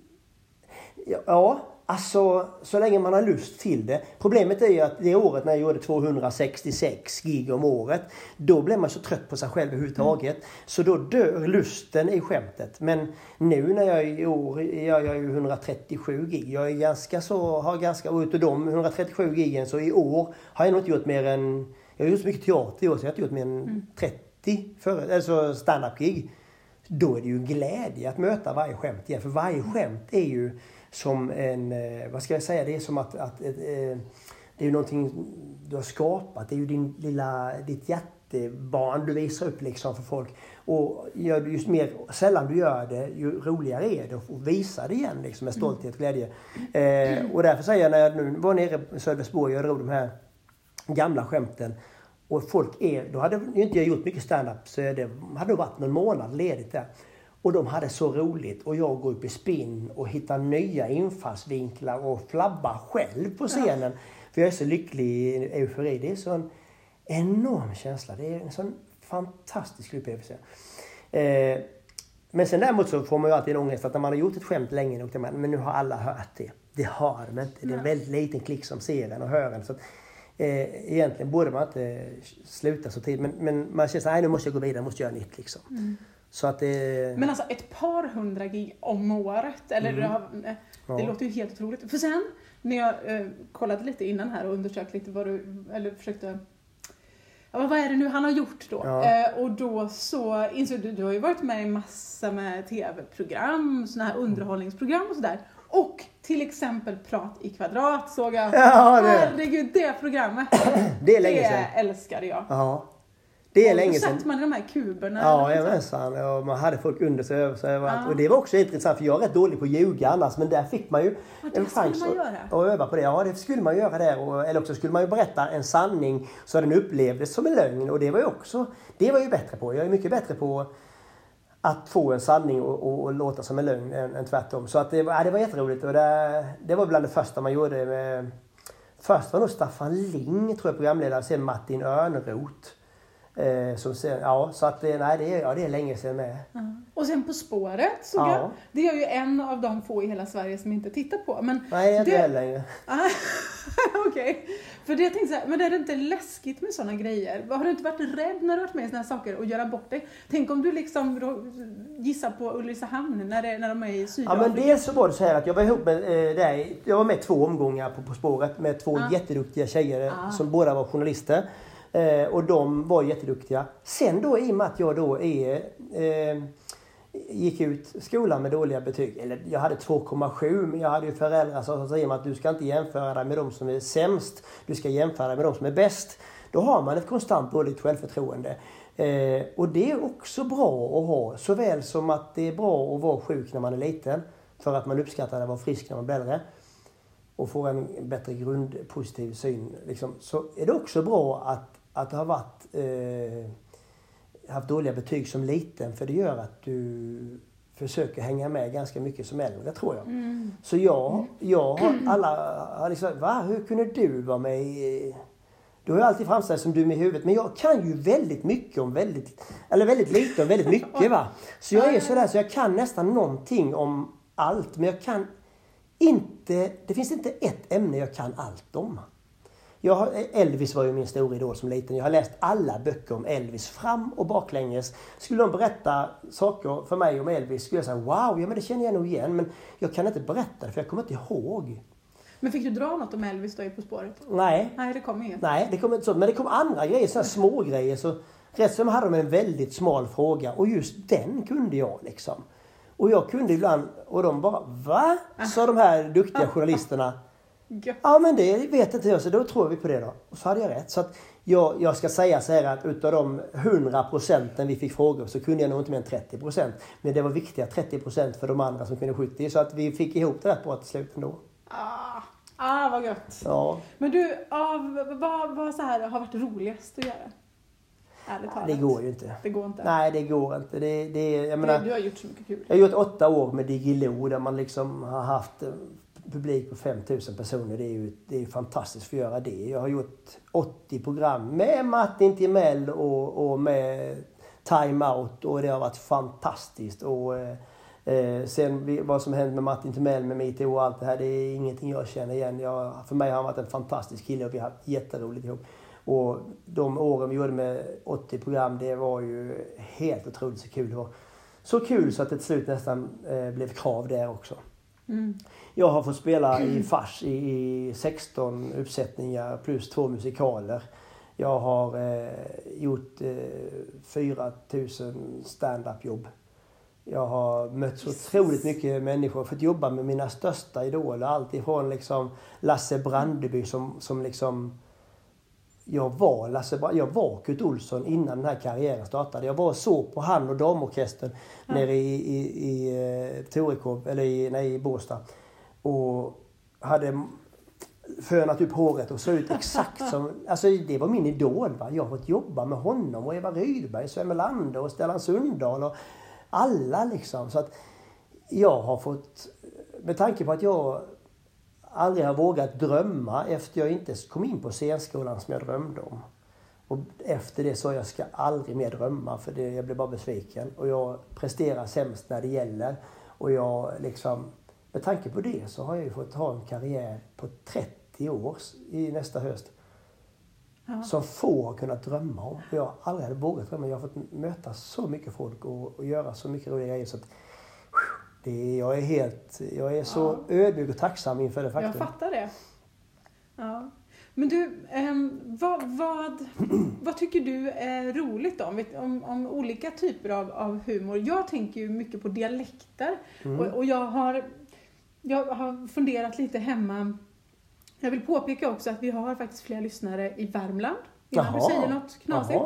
ja, alltså så länge man har lust till det. Problemet är ju att det året när jag gjorde 266 gig om året, då blev man så trött på sig själv överhuvudtaget. Så då dör lusten i skämtet. Men nu när jag i år, jag är ju 137 gig. Jag är och utav de 137 gigen så i år har jag nog inte gjort mer än, jag har gjort så mycket teater i år så jag har inte gjort mer än 30 alltså stand-up gig. Då är det ju glädje att möta varje skämt igen. För varje skämt är ju som en, vad ska jag säga, det är som att det är ju någonting du har skapat. Det är ju ditt hjärtebarn du visar upp liksom för folk. Och just mer sällan du gör det, ju roligare är det att visa det igen liksom, med stolthet och glädje. Och därför säger jag när jag nu var nere i Sölvesborg och drog de här gamla skämten. Och då hade ju inte jag gjort mycket stand-up så det hade nog varit någon månad ledigt där. Och de hade så roligt och jag går upp i spinn och hittar nya infallsvinklar och flabbar själv på scenen. För jag är så lycklig i eufori. Det är så en enorm känsla. Det är en sån fantastisk upplevelse. Men sen däremot så får man ju alltid en ångest att när man har gjort ett skämt länge och men nu har alla hört det. Det har de inte. Det är en väldigt liten klick som ser den och hör den. Så att, egentligen borde man inte sluta så tid. Men man känner så här, nu måste jag gå vidare, måste göra nytt liksom. Så att Men alltså ett par 100 gig om året, eller det låter ju helt otroligt. För sen, när jag kollade lite innan här och undersökte lite försökte, vad är det nu han har gjort då? Och då så insåg du har ju varit med i massa med tv-program, såna här underhållningsprogram och sådär. Och till exempel Prat i kvadrat såg jag. Herregud, det programmet. Det är länge sedan. Det älskade jag. Ja. Det är länge sedan. Då satt man i de här kuberna. Ja, jajamensan. Och man hade folk under sig över sig överallt. Och det var också intressant för jag är rätt dålig på att ljuga annars. Men där fick man ju en chans att öva på det. Ja, det skulle man göra där. Eller också skulle man ju berätta en sanning så den upplevdes som en lögn. Och det var ju bättre på. Jag är mycket bättre på att få en sanning och låta som en lögn än tvärtom. Så att det var jätteroligt. Och det var bland det första man gjorde. Först var nog Staffan Ling, tror jag, programledare. Sen Martin Örnroth. Så att det är länge sedan med. Och sen På spåret såg jag. Det är ju en av de få i hela Sverige som inte tittar på. Men nej, inte heller längre. Okej. För det jag tänkte så här, men är det inte läskigt med sådana grejer? Har du inte varit rädd när du varit med i sådana här saker och göra bort dig? Tänk om du liksom gissar på Ulricehamn när de är i Sydafrika. Ja, men dels så var det så här att jag var ihop med dig. Jag var med 2 omgångar på spåret med 2 jätteduktiga tjejer som båda var journalister. Och de var jätteduktiga. Sen då i och med att jag då gick ut skolan med dåliga betyg. Eller jag hade 2,7 men jag hade ju föräldrar som sa att du ska inte jämföra dig med de som är sämst. Du ska jämföra dig med de som är bäst. Då har man ett konstant dåligt självförtroende. Och det är också bra att ha. Såväl som att det är bra att vara sjuk när man är liten. För att man uppskattar att vara frisk när man blir äldre. Och får en bättre grundpositiv syn. Liksom. Så är det också bra att ha haft dåliga betyg som liten. För det gör att du försöker hänga med ganska mycket som äldre, tror jag. Så jag har alla liksom, hur kunde du vara med Du har ju alltid framställt som dum i huvudet. Men jag kan ju väldigt lite om väldigt mycket va. Så jag är sådär så jag kan nästan någonting om allt. Men jag kan inte, det finns inte ett ämne jag kan allt om. Elvis var ju min stora idol som liten. Jag har läst alla böcker om Elvis fram och baklänges. Skulle de berätta saker för mig om Elvis skulle jag säga wow, ja men det känner jag nog igen. Men jag kan inte berätta det för jag kommer inte ihåg. Men fick du dra något om Elvis då i På spåret? Nej. Nej, det kom inget. Nej, det kom inte så. Men det kom andra grejer, sådana små grejer. Så rätt som hade de en väldigt smal fråga. Och just den kunde jag liksom. Och jag kunde ibland, och de bara, va? Sa de här duktiga journalisterna. Ja men det vet inte jag, så då tror vi på det då. Och så hade jag rätt. Så att jag ska säga så här att utav de 100% vi fick frågor så kunde jag nog inte mer än 30%. Men det var viktiga 30% för de andra som kunde 70%. Så att vi fick ihop det rätt bra till slut ändå. Vad gött. Ja. Men du, vad så här har varit roligast att göra? Ärligt talat. Det går ju inte. Det går inte. Nej, det går inte. Jag menar, du har gjort så mycket kul. Jag har gjort 8 år med Digilo där man liksom har haft publik på 5000 personer. Det är ju fantastiskt för att göra det. Jag har gjort 80 program med Martin Timell och med Time Out och det har varit fantastiskt. Och sen vad som hänt med Martin Timell med MeToo och allt det här, det är ingenting jag känner igen. För mig har han varit en fantastisk kille och vi har haft jätteroligt ihop. Och de åren vi gjorde med 80 program, det var ju helt otroligt så kul. Det var så kul så att det till slut nästan blev krav där också. Mm. Jag har fått spela i fars i 16 uppsättningar plus 2 musikaler. Jag har gjort 4000 stand-up jobb. Jag har mött så otroligt mycket människor. Fått jobba med mina största idoler. Allt ifrån liksom Lasse Brandeby som liksom... Jag var Kurt Olsson innan den här karriären startade. Jag var så på han och damorkestern nere i Torekov, eller i Båstad. Och hade fönat upp håret och såg ut exakt som... Alltså det var min idol va. Jag har fått jobba med honom och Eva Rydberg, Sven Melander och Stellan Sundahl och alla liksom. Så att jag har fått... Med tanke på att jag aldrig har vågat drömma efter jag inte kom in på scenskolan som jag drömde om. Och efter det så jag ska aldrig mer drömma för jag blir bara besviken. Och jag presterar sämst när det gäller. Och jag liksom, med tanke på det så har jag ju fått ha en karriär på 30 år i nästa höst. Ja. Som få har kunnat drömma om. Jag har aldrig vågat drömma. Jag har fått möta så mycket folk och göra så mycket roliga grejer så att jag är så ödmjuk och tacksam inför det faktum. Jag fattar det. Ja. Men du, vad tycker du är roligt om olika typer av humor? Jag tänker ju mycket på dialekter. Och jag har funderat lite hemma. Jag vill påpeka också att vi har faktiskt fler lyssnare i Värmland. Innan du säger något knasigt.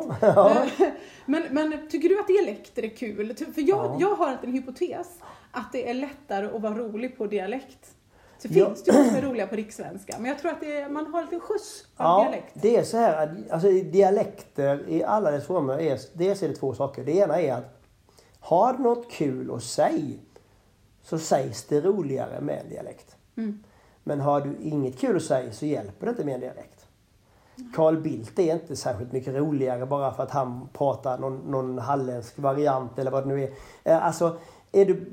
Men tycker du att dialekter är kul? För jag har en hypotes att det är lättare att vara rolig på dialekt. Så finns det ju som är roliga på rikssvenska. Men jag tror att man har lite skjuts av dialekt. Det är så här. Alltså dialekter i alla dess former dels är det 2 saker. Det ena är att har du något kul att säga så sägs det roligare med en dialekt. Men har du inget kul att säga så hjälper det inte med en dialekt. Carl Bildt är inte särskilt mycket roligare bara för att han pratar någon halländsk variant eller vad det nu är. Alltså är du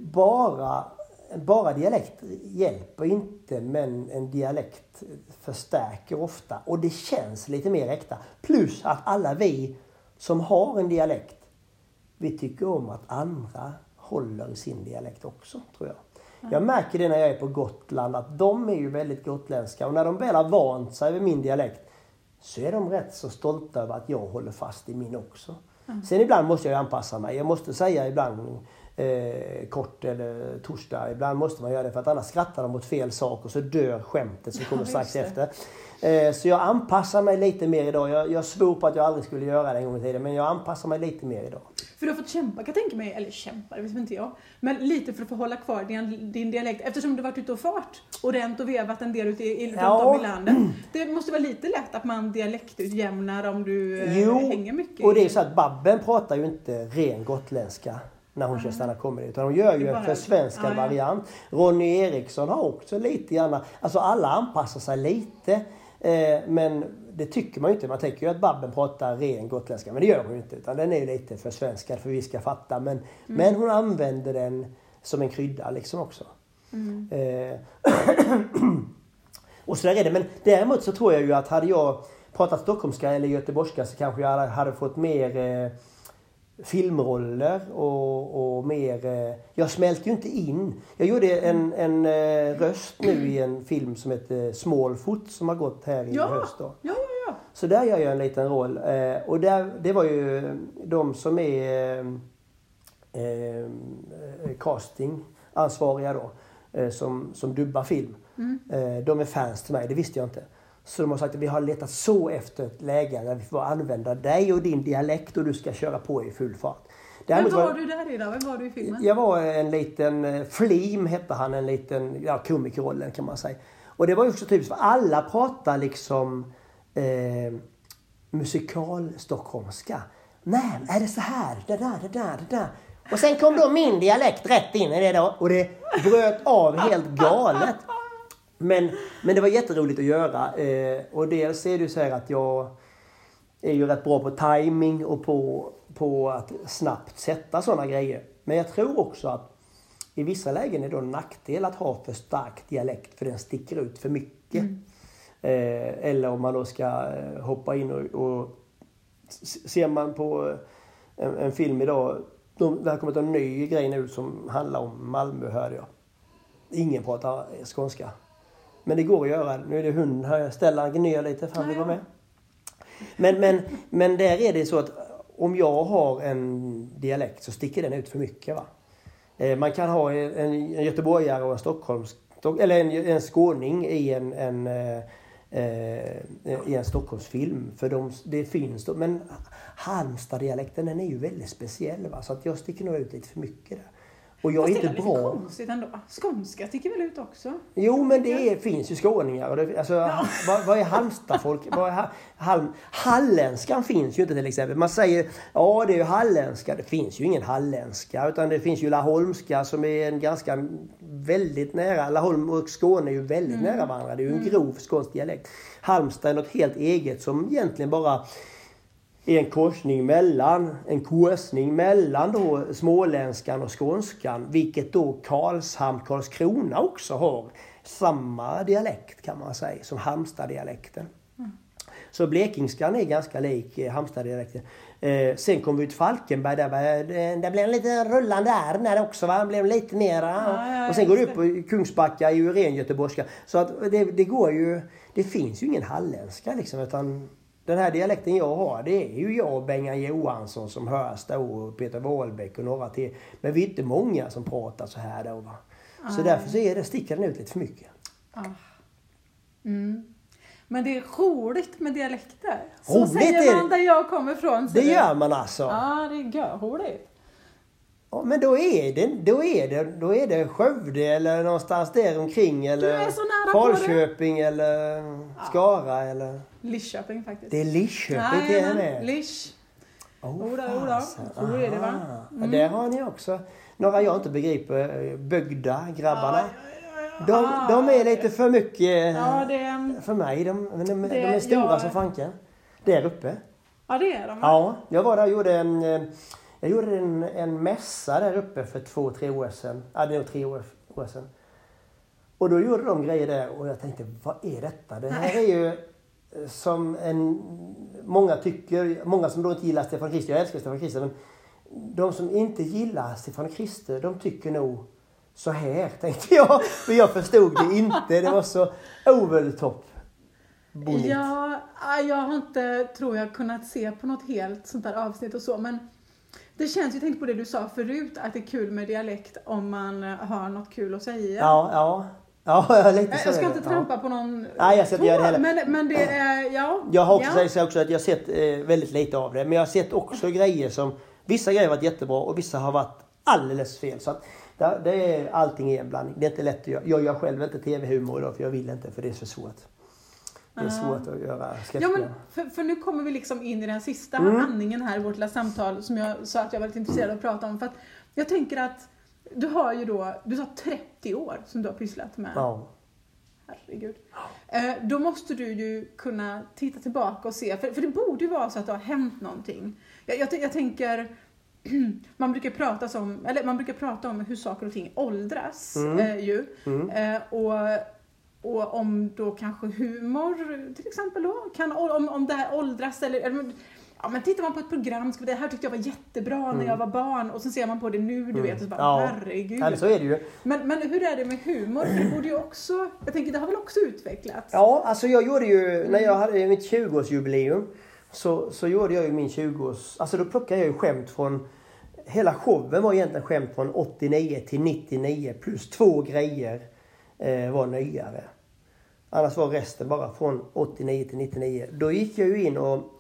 bara dialekt hjälper inte, men en dialekt förstärker ofta och det känns lite mer äkta. Plus att alla vi som har en dialekt, vi tycker om att andra håller i sin dialekt också, tror jag. Jag märker det när jag är på Gotland att de är ju väldigt gotländska och när de väl har vant sig vid min dialekt så är de rätt så stolta över att jag håller fast i min också. Sen ibland måste jag anpassa mig. Jag måste säga ibland kort eller torsdag. Ibland måste man göra det för att annars skrattar de mot fel sak och så dör skämtet som kommer strax efter. Så jag anpassar mig lite mer idag. Jag svor på att jag aldrig skulle göra det en gång i tiden, men jag anpassar mig lite mer idag. För du har fått kämpa, kan jag tänka mig, eller kämpa, det vet inte jag. Men lite för att få hålla kvar din dialekt. Eftersom du varit ute och fart och ränt och vevat en del runt om i landet. Det måste vara lite lätt att man dialektutjämnar om du hänger mycket. Och det är så att Babben pratar ju inte ren gotländska när hon kör stand-up comedy, utan hon gör ju en försvenskad variant. Ronny Eriksson har också lite grann, alltså alla anpassar sig lite, men det tycker man ju inte. Man tänker ju att Babben pratar ren gotländska, men det gör hon ju inte. Utan den är ju lite för svenskad för vi ska fatta. Men hon använder den som en krydda liksom också. Och så där är det. Men däremot så tror jag ju att hade jag pratat stockholmska eller göteborgska så kanske jag hade fått mer filmroller och mer... jag smälte ju inte in. Jag gjorde en röst nu i en film som heter Smallfoot som har gått här i höst då. Ja. Så där gör jag en liten roll. Och det var ju de som är castingansvariga då. Som dubbar film. De är fans till mig, det visste jag inte. Så de har sagt att vi har letat så efter ett läge där vi får använda dig och din dialekt och du ska köra på i full fart. Vem var du där idag? Vem var du i filmen? Jag var en liten Flim hette han, en liten komikerrollen kan man säga. Och det var ju också typiskt för alla pratar liksom musikal-stockholmska. Nej, är det så här? Det där. Och sen kom då min dialekt rätt in i det då. Och det bröt av helt galet. Men det var jätteroligt att göra. Och dels är det ju så här att jag är ju rätt bra på timing och på att snabbt sätta sådana grejer. Men jag tror också att i vissa lägen är det en nackdel att ha för stark dialekt. För den sticker ut för mycket. Eller om man då ska hoppa in och ser man på en film idag. Det har kommit en ny grej nu som handlar om Malmö, hörde jag. Ingen pratar skånska. Men det går att göra. Nu är det hund här. Stellan gnör lite för han vill vara med. Men där är det så att om jag har en dialekt så sticker den ut för mycket. Va? Man kan ha en göteborgare och en stockholms... Eller en skåning i en Stockholmsfilm. För det finns då. Men Halmstad-dialekten den är ju väldigt speciell. Va? Så att jag sticker nog ut lite för mycket där. Och jag är inte bra. Det är lite konstigt ändå. Skånska sticker väl ut också? Jo, men finns ju skåningar. Och vad är Halmstad-folk? Halländskan finns ju inte till exempel. Man säger, ja det är ju hallänska. Det finns ju ingen hallänska. Utan det finns ju laholmska som är en ganska väldigt nära. Laholm och Skåne är ju väldigt nära varandra. Det är ju en grov skånsk dialekt. Halmstad är något helt eget som egentligen bara... är en korsning mellan då småländskan och skånskan, vilket då Karlskrona också har samma dialekt kan man säga som Halmstad-dialekten. Så blekingskan är ganska lik Halmstad-dialekten. Sen kom vi ut Falkenberg där blev en lite rullande där också, va? Det blev lite mera och sen går det upp på Kungsbacka i ren göteborgska. Så att det går ju, det finns ju ingen halländska liksom, utan den här dialekten jag har, det är ju jag och Bengan Johansson som hörs då och Peter Wahlbeck och några till. Men vi är inte många som pratar så här då, va. Så därför så sticker den ut lite för mycket. Men det är roligt med dialekter. Så roligt säger man där jag kommer ifrån. Det gör man alltså. Ja, det är roligt. Ja, men då är det Skövde eller någonstans där omkring eller Falköping eller Skara eller Lidköping faktiskt. Det är Lidköping det är med. Lish. Oda. Så är det, va? Ja, där har ni också några jag inte begriper, Bögda grabbarna. De är lite för mycket för mig. De är stora som fanken. Där uppe. Ja, det är de. Ja, jag var där och gjorde en mässa där uppe för 2-3 år sedan. Ja, det var 3 år sedan. Och då gjorde de grejer där och jag tänkte, vad är detta? Det här är ju som många som då inte gillar Stefan Krister, jag älskar Stefan Krister, men de som inte gillar Stefan Krister, de tycker nog så här, tänkte jag. För jag förstod det inte, det var så over the top. Bonigt. Ja, jag har inte, tror jag, kunnat se på något helt sånt där avsnitt och så, men det känns ju, tänk på det du sa förut, att det är kul med dialekt om man har något kul att säga. Ja, lite så. Jag ska inte trampa på någon. Nej, jag ska inte göra det heller. Men det är, Jag har också att jag har sett väldigt lite av det. Men jag har sett också grejer som, vissa grejer har varit jättebra och vissa har varit alldeles fel. Så att det är allting i en blandning. Det är inte lätt att göra. Jag gör själv inte tv-humor idag för jag vill inte, för det är så svårt. Det är svårt att göra sketchprogram. Ja, men för nu kommer vi liksom in i den sista andningen här i vårt lilla samtal som jag sa att jag var lite intresserad av att prata om. För att jag tänker att du har ju då, du sa 30 år som du har pysslat med. Ja. herregud. Då måste du ju kunna titta tillbaka och se, för det borde ju vara så att det har hänt någonting. Jag tänker, man brukar prata om hur saker och ting åldras och om då kanske humor till exempel då kan, om det här åldras eller ja, men tittar man på ett program, det här tyckte jag var jättebra när jag var barn, och så ser man på det nu, du vet, och så bara, herregud. Ja, så är det ju. Men hur är det med humor? För det borde ju också, jag tänker, det har väl också utvecklats? Ja, alltså jag gjorde ju, när jag hade mitt 20-årsjubileum, så gjorde jag ju min 20-års, alltså då plockade jag ju skämt från, hela showen var egentligen skämt från 89 till 99, plus 2 grejer var nyare. Annars var resten bara från 89 till 99. Då gick jag ju in och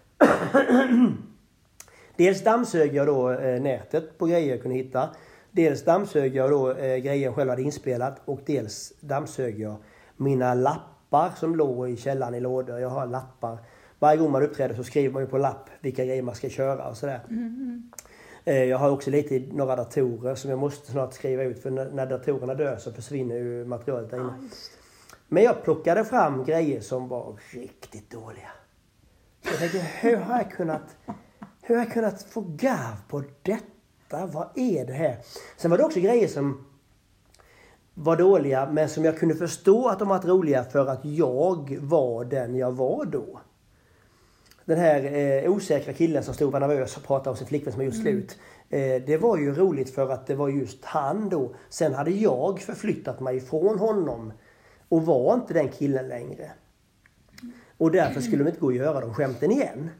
dels dammsög jag då nätet på grejer jag kunde hitta. Dels dammsög jag då grejer jag själv hade inspelat. Och dels dammsög jag mina lappar som låg i källaren i lådor. Jag har lappar. Varje gång man uppträder så skriver man ju på lapp vilka grejer man ska köra och sådär. Jag har också några datorer som jag måste snart skriva ut. För när datorerna dör så försvinner ju materialet där inne. Men jag plockade fram grejer som var riktigt dåliga. Jag tänkte, hur har jag kunnat få garv på detta? Vad är det här? Sen var det också grejer som var dåliga, men som jag kunde förstå att de var roliga för att jag var den jag var då. Den här osäkra killen som stod och var nervös och pratade om sin flickvän som har gjort slut. Det var ju roligt för att det var just han då. Sen hade jag förflyttat mig ifrån honom och var inte den killen längre. Och därför skulle de inte gå och göra de skämten igen.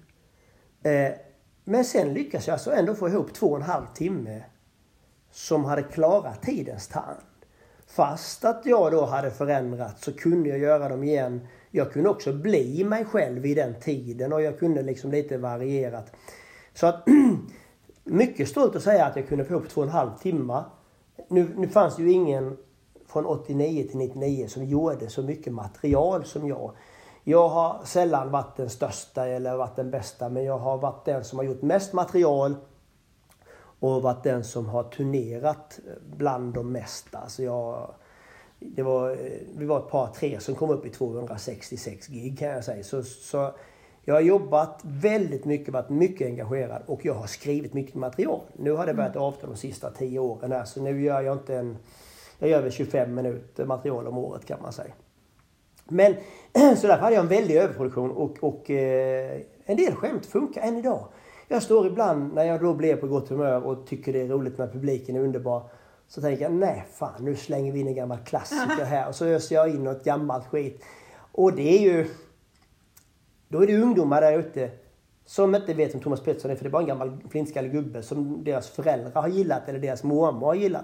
Men sen lyckas jag alltså ändå få ihop 2,5 timme som hade klarat tidens tand. Fast att jag då hade förändrat så kunde jag göra dem igen. Jag kunde också bli mig själv i den tiden och jag kunde liksom lite varierat. Så att mycket stolt att säga att jag kunde få ihop 2,5 timmar. Nu fanns ju ingen från 89 till 99 som gjorde så mycket material som jag. Jag har sällan varit den största eller varit den bästa, men jag har varit den som har gjort mest material och varit den som har turnerat bland de mesta. Alltså vi var ett par 3 som kom upp i 266 gig kan jag säga. Så jag har jobbat väldigt mycket, varit mycket engagerad och jag har skrivit mycket material. Nu har det börjat avta de sista 10 åren här, så nu gör jag inte jag gör väl 25 minuter material om året kan man säga. Men så därför hade jag en väldig överproduktion och en del skämt funkar än idag. Jag står ibland när jag då blir på gott humör och tycker det är roligt när publiken är underbar. Så tänker jag, nej fan, nu slänger vi in en gammal klassiker här. Och så öser jag in något gammalt skit. Och det är ju, då är det ungdomar där ute som inte vet om Thomas Pettersson är. För det är bara en gammal flintskallig gubbe som deras föräldrar har gillat eller deras mormor har gillat.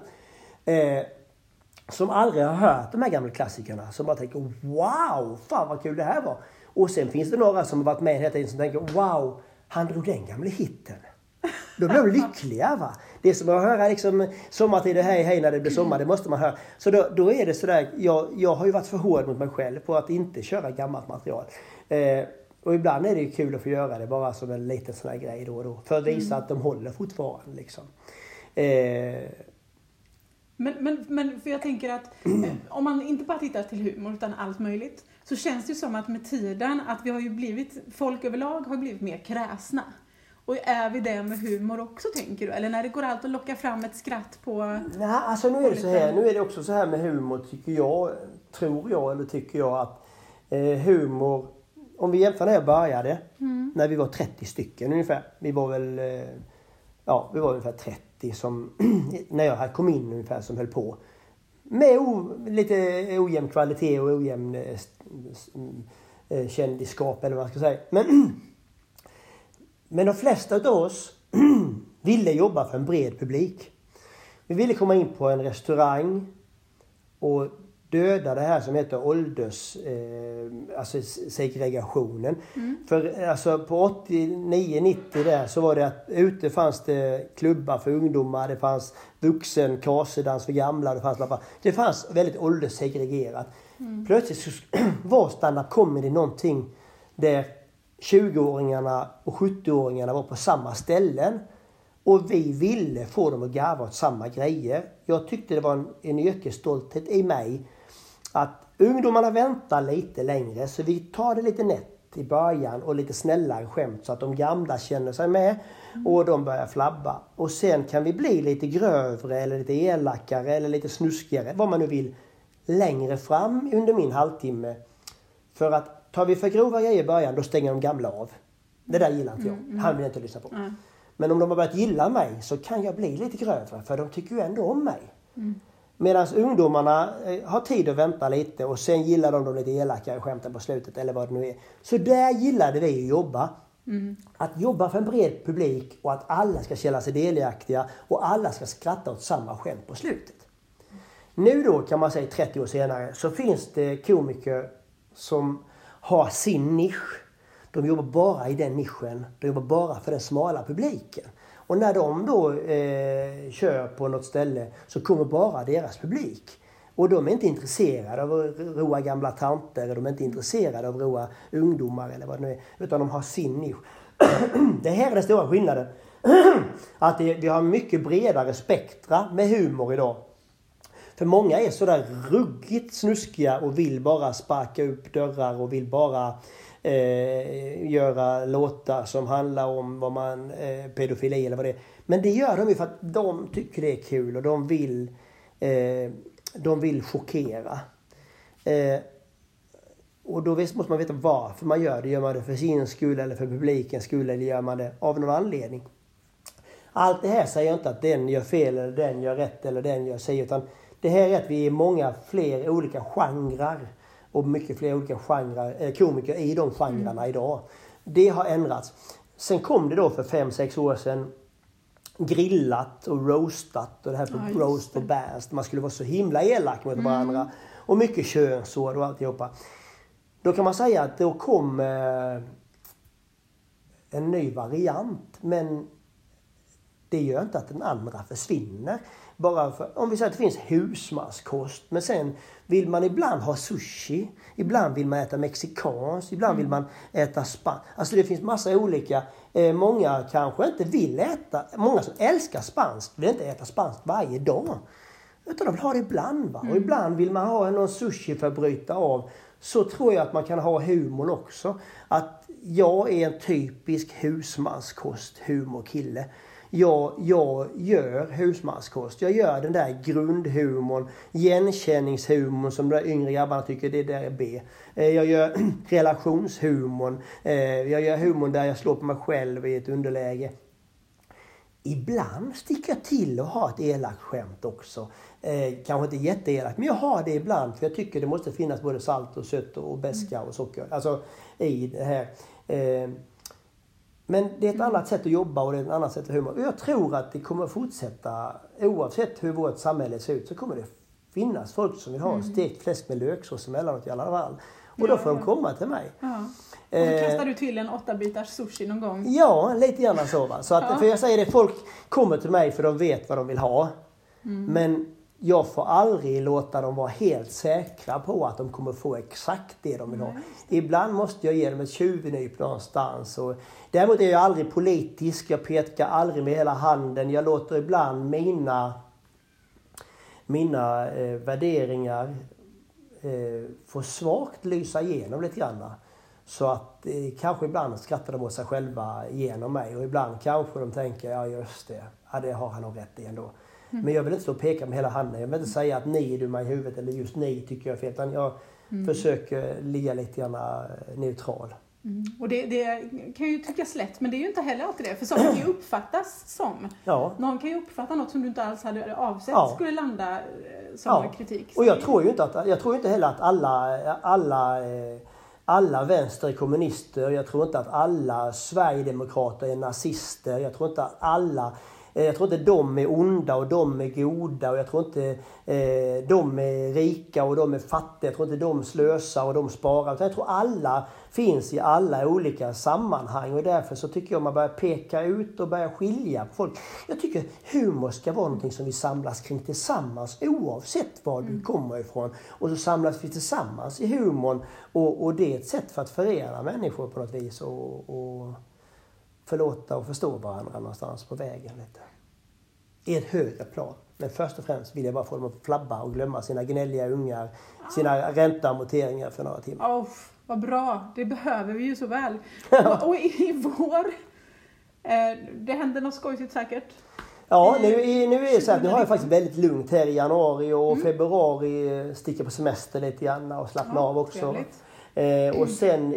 Som aldrig har hört de här gamla klassikerna. Som bara tänker, wow, fan vad kul det här var. Och sen finns det några som har varit med hela tiden som tänker, wow, han drog den gamla hitten. Då blir de lyckliga va. Det är som att höra liksom sommartid, hej när det blir sommar, det måste man höra. Så då är det sådär, jag har ju varit för hård mot mig själv på att inte köra gammalt material. Och ibland är det ju kul att få göra det bara som en liten sån här grej då och då. För att visa att de håller fortfarande liksom. Men för jag tänker att om man inte bara tittar till humor utan allt möjligt, så känns det ju som att med tiden att vi har ju blivit, folk överlag har blivit mer kräsna. Och är vi det med humor också, tänker du? Eller när det går allt att locka fram ett skratt på... Nej, alltså nu är det så här. Nu är det också så här med humor, tycker jag att humor... Om vi jämför när jag började, när vi var 30 stycken ungefär. Vi var ungefär 30 som... när jag kom in ungefär som höll på. Med lite ojämn kvalitet och ojämn kändisskap eller vad man ska säga. Men de flesta av oss ville jobba för en bred publik. Vi ville komma in på en restaurang och döda det här som heter alltså segregationen. För alltså på 89-90 där så var det att ute fanns det klubbar för ungdomar, det fanns vuxen kasedans för gamla, det fanns väldigt ålderssegregerat. Plötsligt så var stand-up comedy någonting där 20-åringarna och 70-åringarna var på samma ställen. Och vi ville få dem att garva åt samma grejer. Jag tyckte det var en yrkesstolthet i mig att Ungdomarna väntar lite längre, så vi tar det lite nätt i början och lite snällare skämt så att de gamla känner sig med och de börjar flabba. Och sen kan vi bli lite grövre eller lite elakare eller lite snuskigare, vad man nu vill, längre fram under min halvtimme. För att tar vi för grova grejer i början, då stänger de gamla av. Det där gillar inte jag. Han vill inte lyssna på. Men om de har börjat gilla mig så kan jag bli lite grövre, för de tycker ju ändå om mig. Medan ungdomarna har tid att vänta lite och sen gillar de lite elakare skämten på slutet eller vad det nu är. Så där gillade vi att jobba. Att jobba för en bred publik och att alla ska känna sig delaktiga och alla ska skratta åt samma skämt på slutet. Nu då, kan man säga 30 år senare, så finns det komiker som har sin nisch. De jobbar bara i den nischen. De jobbar bara för den smala publiken. Och när de då kör på något ställe så kommer bara deras publik. Och de är inte intresserade av att roa gamla tanter. De är inte intresserade av att roa ungdomar eller vad det nu är. Utan de har sin nisch. Det här är den stora skillnaden. Att vi har mycket bredare spektra med humor idag. För många är sådär ruggigt snuskiga och vill bara sparka upp dörrar och vill bara göra låtar som handlar om vad man pedofili eller vad det är. Men det gör de ju för att de tycker det är kul och de vill chockera. Och då måste man veta varför man gör det. Gör man det för sin skull eller för publikens skull, eller gör man det av någon anledning? Allt det här säger inte att den gör fel eller den gör rätt eller den gör sig, utan det här är att vi är många fler olika genrer och mycket fler olika komiker i de genrerna idag. Det har ändrats. Sen kom det då för 5-6 år sedan grillat och roastat och det här på roast och bast. Man skulle vara så himla elak mot varandra och mycket könsord och alltihopa. Då kan man säga att då kom en ny variant, men det gör inte att den andra försvinner. Bara för, om vi säger att det finns husmanskost, men sen vill man ibland ha sushi, ibland vill man äta mexikanskt, ibland vill man äta spanskt. Alltså det finns massa olika, många kanske inte vill äta, många som älskar spanskt vill inte äta spanskt varje dag. Utan de vill ha det ibland, va? Och ibland vill man ha någon sushi för att bryta av. Så tror jag att man kan ha humor också. Att jag är en typisk husmanskost humorkille. Jag gör husmanskost. Jag gör den där grundhumorn, igenkänningshumorn som de yngre grabbarna tycker det där är B. Jag gör relationshumorn. Jag gör humorn där jag slår på mig själv i ett underläge. Ibland sticker jag till och har ett elakt skämt också. Kanske inte jätteelakt, men jag har det ibland. För jag tycker det måste finnas både salt och sött och beska och socker. Alltså i det här. Men det är ett annat sätt att jobba och det är ett annat sätt att humor. Och jag tror att det kommer att fortsätta, oavsett hur vårt samhälle ser ut, så kommer det finnas folk som vill ha stekt fläsk med löksås emellanåt i alla fall. Och då får de komma till mig. Ja. Och så kastar du till en 8-bitars sushi någon gång. Ja, lite grann så. Va? Så att, för jag säger det, folk kommer till mig för de vet vad de vill ha. Men jag får aldrig låta dem vara helt säkra på att de kommer få exakt det de vill ha. Ibland måste jag ge dem ett tjuvnyp någonstans. Och däremot är jag aldrig politisk. Jag pekar aldrig med hela handen. Jag låter ibland mina värderingar få svagt lysa igenom lite grann. Så att kanske ibland skrattar de åt sig själva genom mig. Och ibland kanske de tänker, ja just det. Ja, det har han nog rätt i ändå. Men jag vill inte stå och peka med hela handen. Jag vill inte säga att ni är dumma i huvudet eller just ni tycker jag är fel. Utan jag försöker ligga lite grann neutral. Och det kan ju tyckas lätt, men det är ju inte heller alltid det. För så kan ju uppfattas som. Ja. Någon kan ju uppfatta något som du inte alls hade avsett skulle landa som kritik. Och jag tror ju inte heller att alla vänster är kommunister. Jag tror inte att alla sverigedemokrater är nazister. Jag tror inte de är onda och de är goda. Och jag tror inte de är rika och de är fattiga. Jag tror inte de slösar och de sparar. Utan jag tror alla finns i alla olika sammanhang. Och därför så tycker jag man börjar peka ut och börja skilja på folk. Jag tycker humor ska vara någonting som vi samlas kring tillsammans. Oavsett var du kommer ifrån. Och så samlas vi tillsammans i humorn. Och det är ett sätt för att förena människor på något vis. Och förlåta och förstå varandra någonstans på vägen lite. i ett högre plan. Men först och främst vill jag bara få dem att flabba och glömma sina gnälliga ungar, sina ränteamorteringar för några timmar. Vad bra, det behöver vi ju så väl. Och i vår, det händer något skojigt säkert. Ja, nu är det så att nu har jag faktiskt väldigt lugnt här i januari och februari sticker på semester lite grann och slappnar av också. Och sen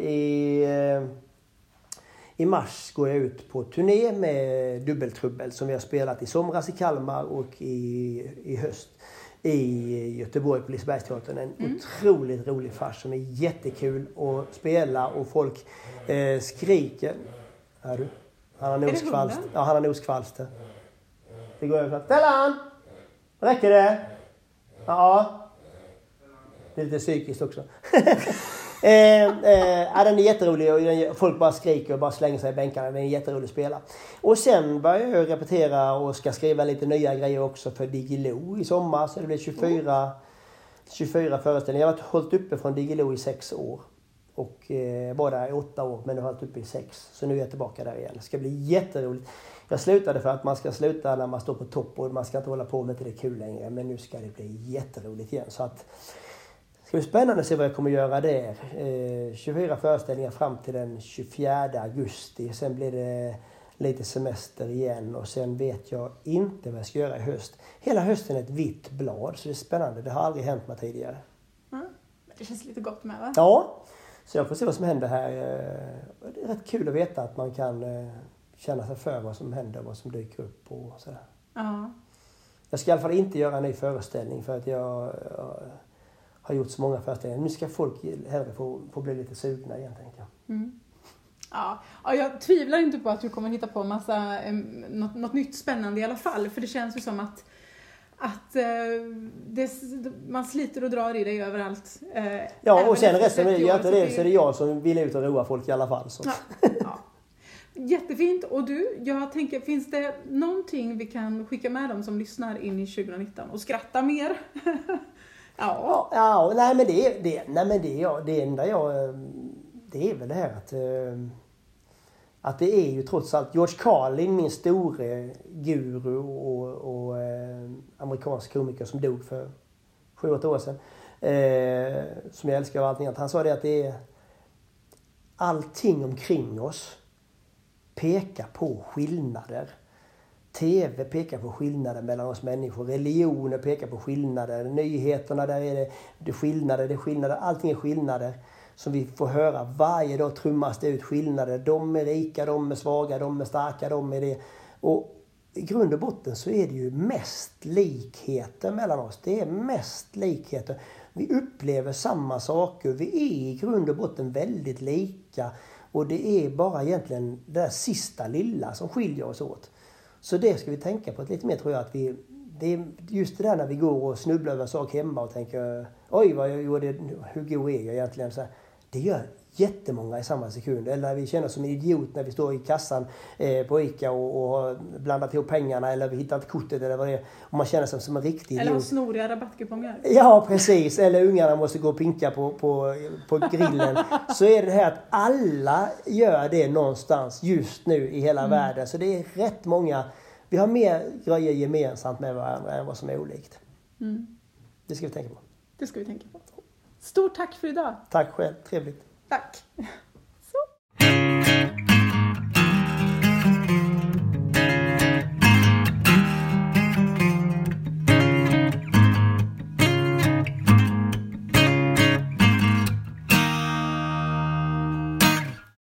i mars går jag ut på turné med Dubbeltrubbel som vi har spelat i somras i Kalmar och i höst i Göteborg på Lisebergsteatern. En otroligt rolig fars som är jättekul att spela och folk skriker. Hör du? Han har noskvalster. Ja, han har noskvalster. Det går över. Stellan! Räcker det? Ja. Det är lite psykiskt också. Den är jätterolig och folk bara skriker och bara slänger sig i bänkarna. Den är jätterolig att spela. Och sen börjar jag repetera och ska skriva lite nya grejer också för Digilo i sommar. Så det blir 24 föreställningar. Jag har hållit uppe från Digilo i 6 år. Och var där i 8 år men jag har hållit uppe i 6. Så nu är jag tillbaka där igen. Det ska bli jätteroligt. Jag slutade för att man ska sluta när man står på topp och man ska inte hålla på med det kul längre. Men nu ska det bli jätteroligt igen. Så att det ska bli spännande att se vad jag kommer göra där. 24 föreställningar fram till den 24 augusti. Sen blir det lite semester igen och sen vet jag inte vad jag ska göra i höst. Hela hösten är ett vitt blad så det är spännande. Det har aldrig hänt mig tidigare. Det känns lite gott med, va? Ja, så jag får se vad som händer här. Det är rätt kul att veta att man kan känna sig för vad som händer, vad som dyker upp och sådär. Ja. Jag ska i alla fall inte göra en ny föreställning för att jag har gjort så många föreställningar. Nu ska folk hellre få bli lite sugna igen, tänker jag. Ja, jag tvivlar inte på att du kommer hitta på något nytt spännande i alla fall. För det känns ju som att man sliter och drar i dig överallt. Ja, och sen resten är det inte det, så är det jag som vill ut och roa folk i alla fall. Så. Ja. Jättefint. Och du, jag tänker, finns det någonting vi kan skicka med dem som lyssnar in i 2019 och skratta mer? Ja, nej men det enda det är väl det här att det är ju trots allt George Carlin, min store guru och amerikansk komiker som dog för 7-8 år sedan, som jag älskar och allting annat. Han sa det att det är allting omkring oss pekar på skillnader. TV pekar på skillnader mellan oss människor. Religioner pekar på skillnader. Nyheterna, där är det skillnader. Allting är skillnader som vi får höra. Varje dag trummas det ut skillnader. De är rika, de är svaga, de är starka, de är det. Och i grund och botten så är det ju mest likheter mellan oss. Det är mest likheter. Vi upplever samma saker. Vi är i grund och botten väldigt lika. Och det är bara egentligen det där sista lilla som skiljer oss åt. Så det ska vi tänka på lite mer, tror jag. Att det är just det där när vi går och snubblar över saker hemma och tänker oj, vad jag gjorde, hur god är jag egentligen? Så här, det gör jättemånga i samma sekund. Eller när vi känner som en idiot när vi står i kassan på ICA och har blandat ihop pengarna eller vi hittar inte kortet eller vad det är. Och man känner sig som en riktig idiot. Eller har snoriga rabattkuponger. Ja, precis. Eller ungarna måste gå och pinka på grillen. Så är det här att alla gör det någonstans just nu i hela världen. Så det är rätt många. Vi har mer grejer gemensamt med varandra än vad som är olikt. Det ska vi tänka på. Det ska vi tänka på. Stort tack för idag. Tack själv. Trevligt. Tack.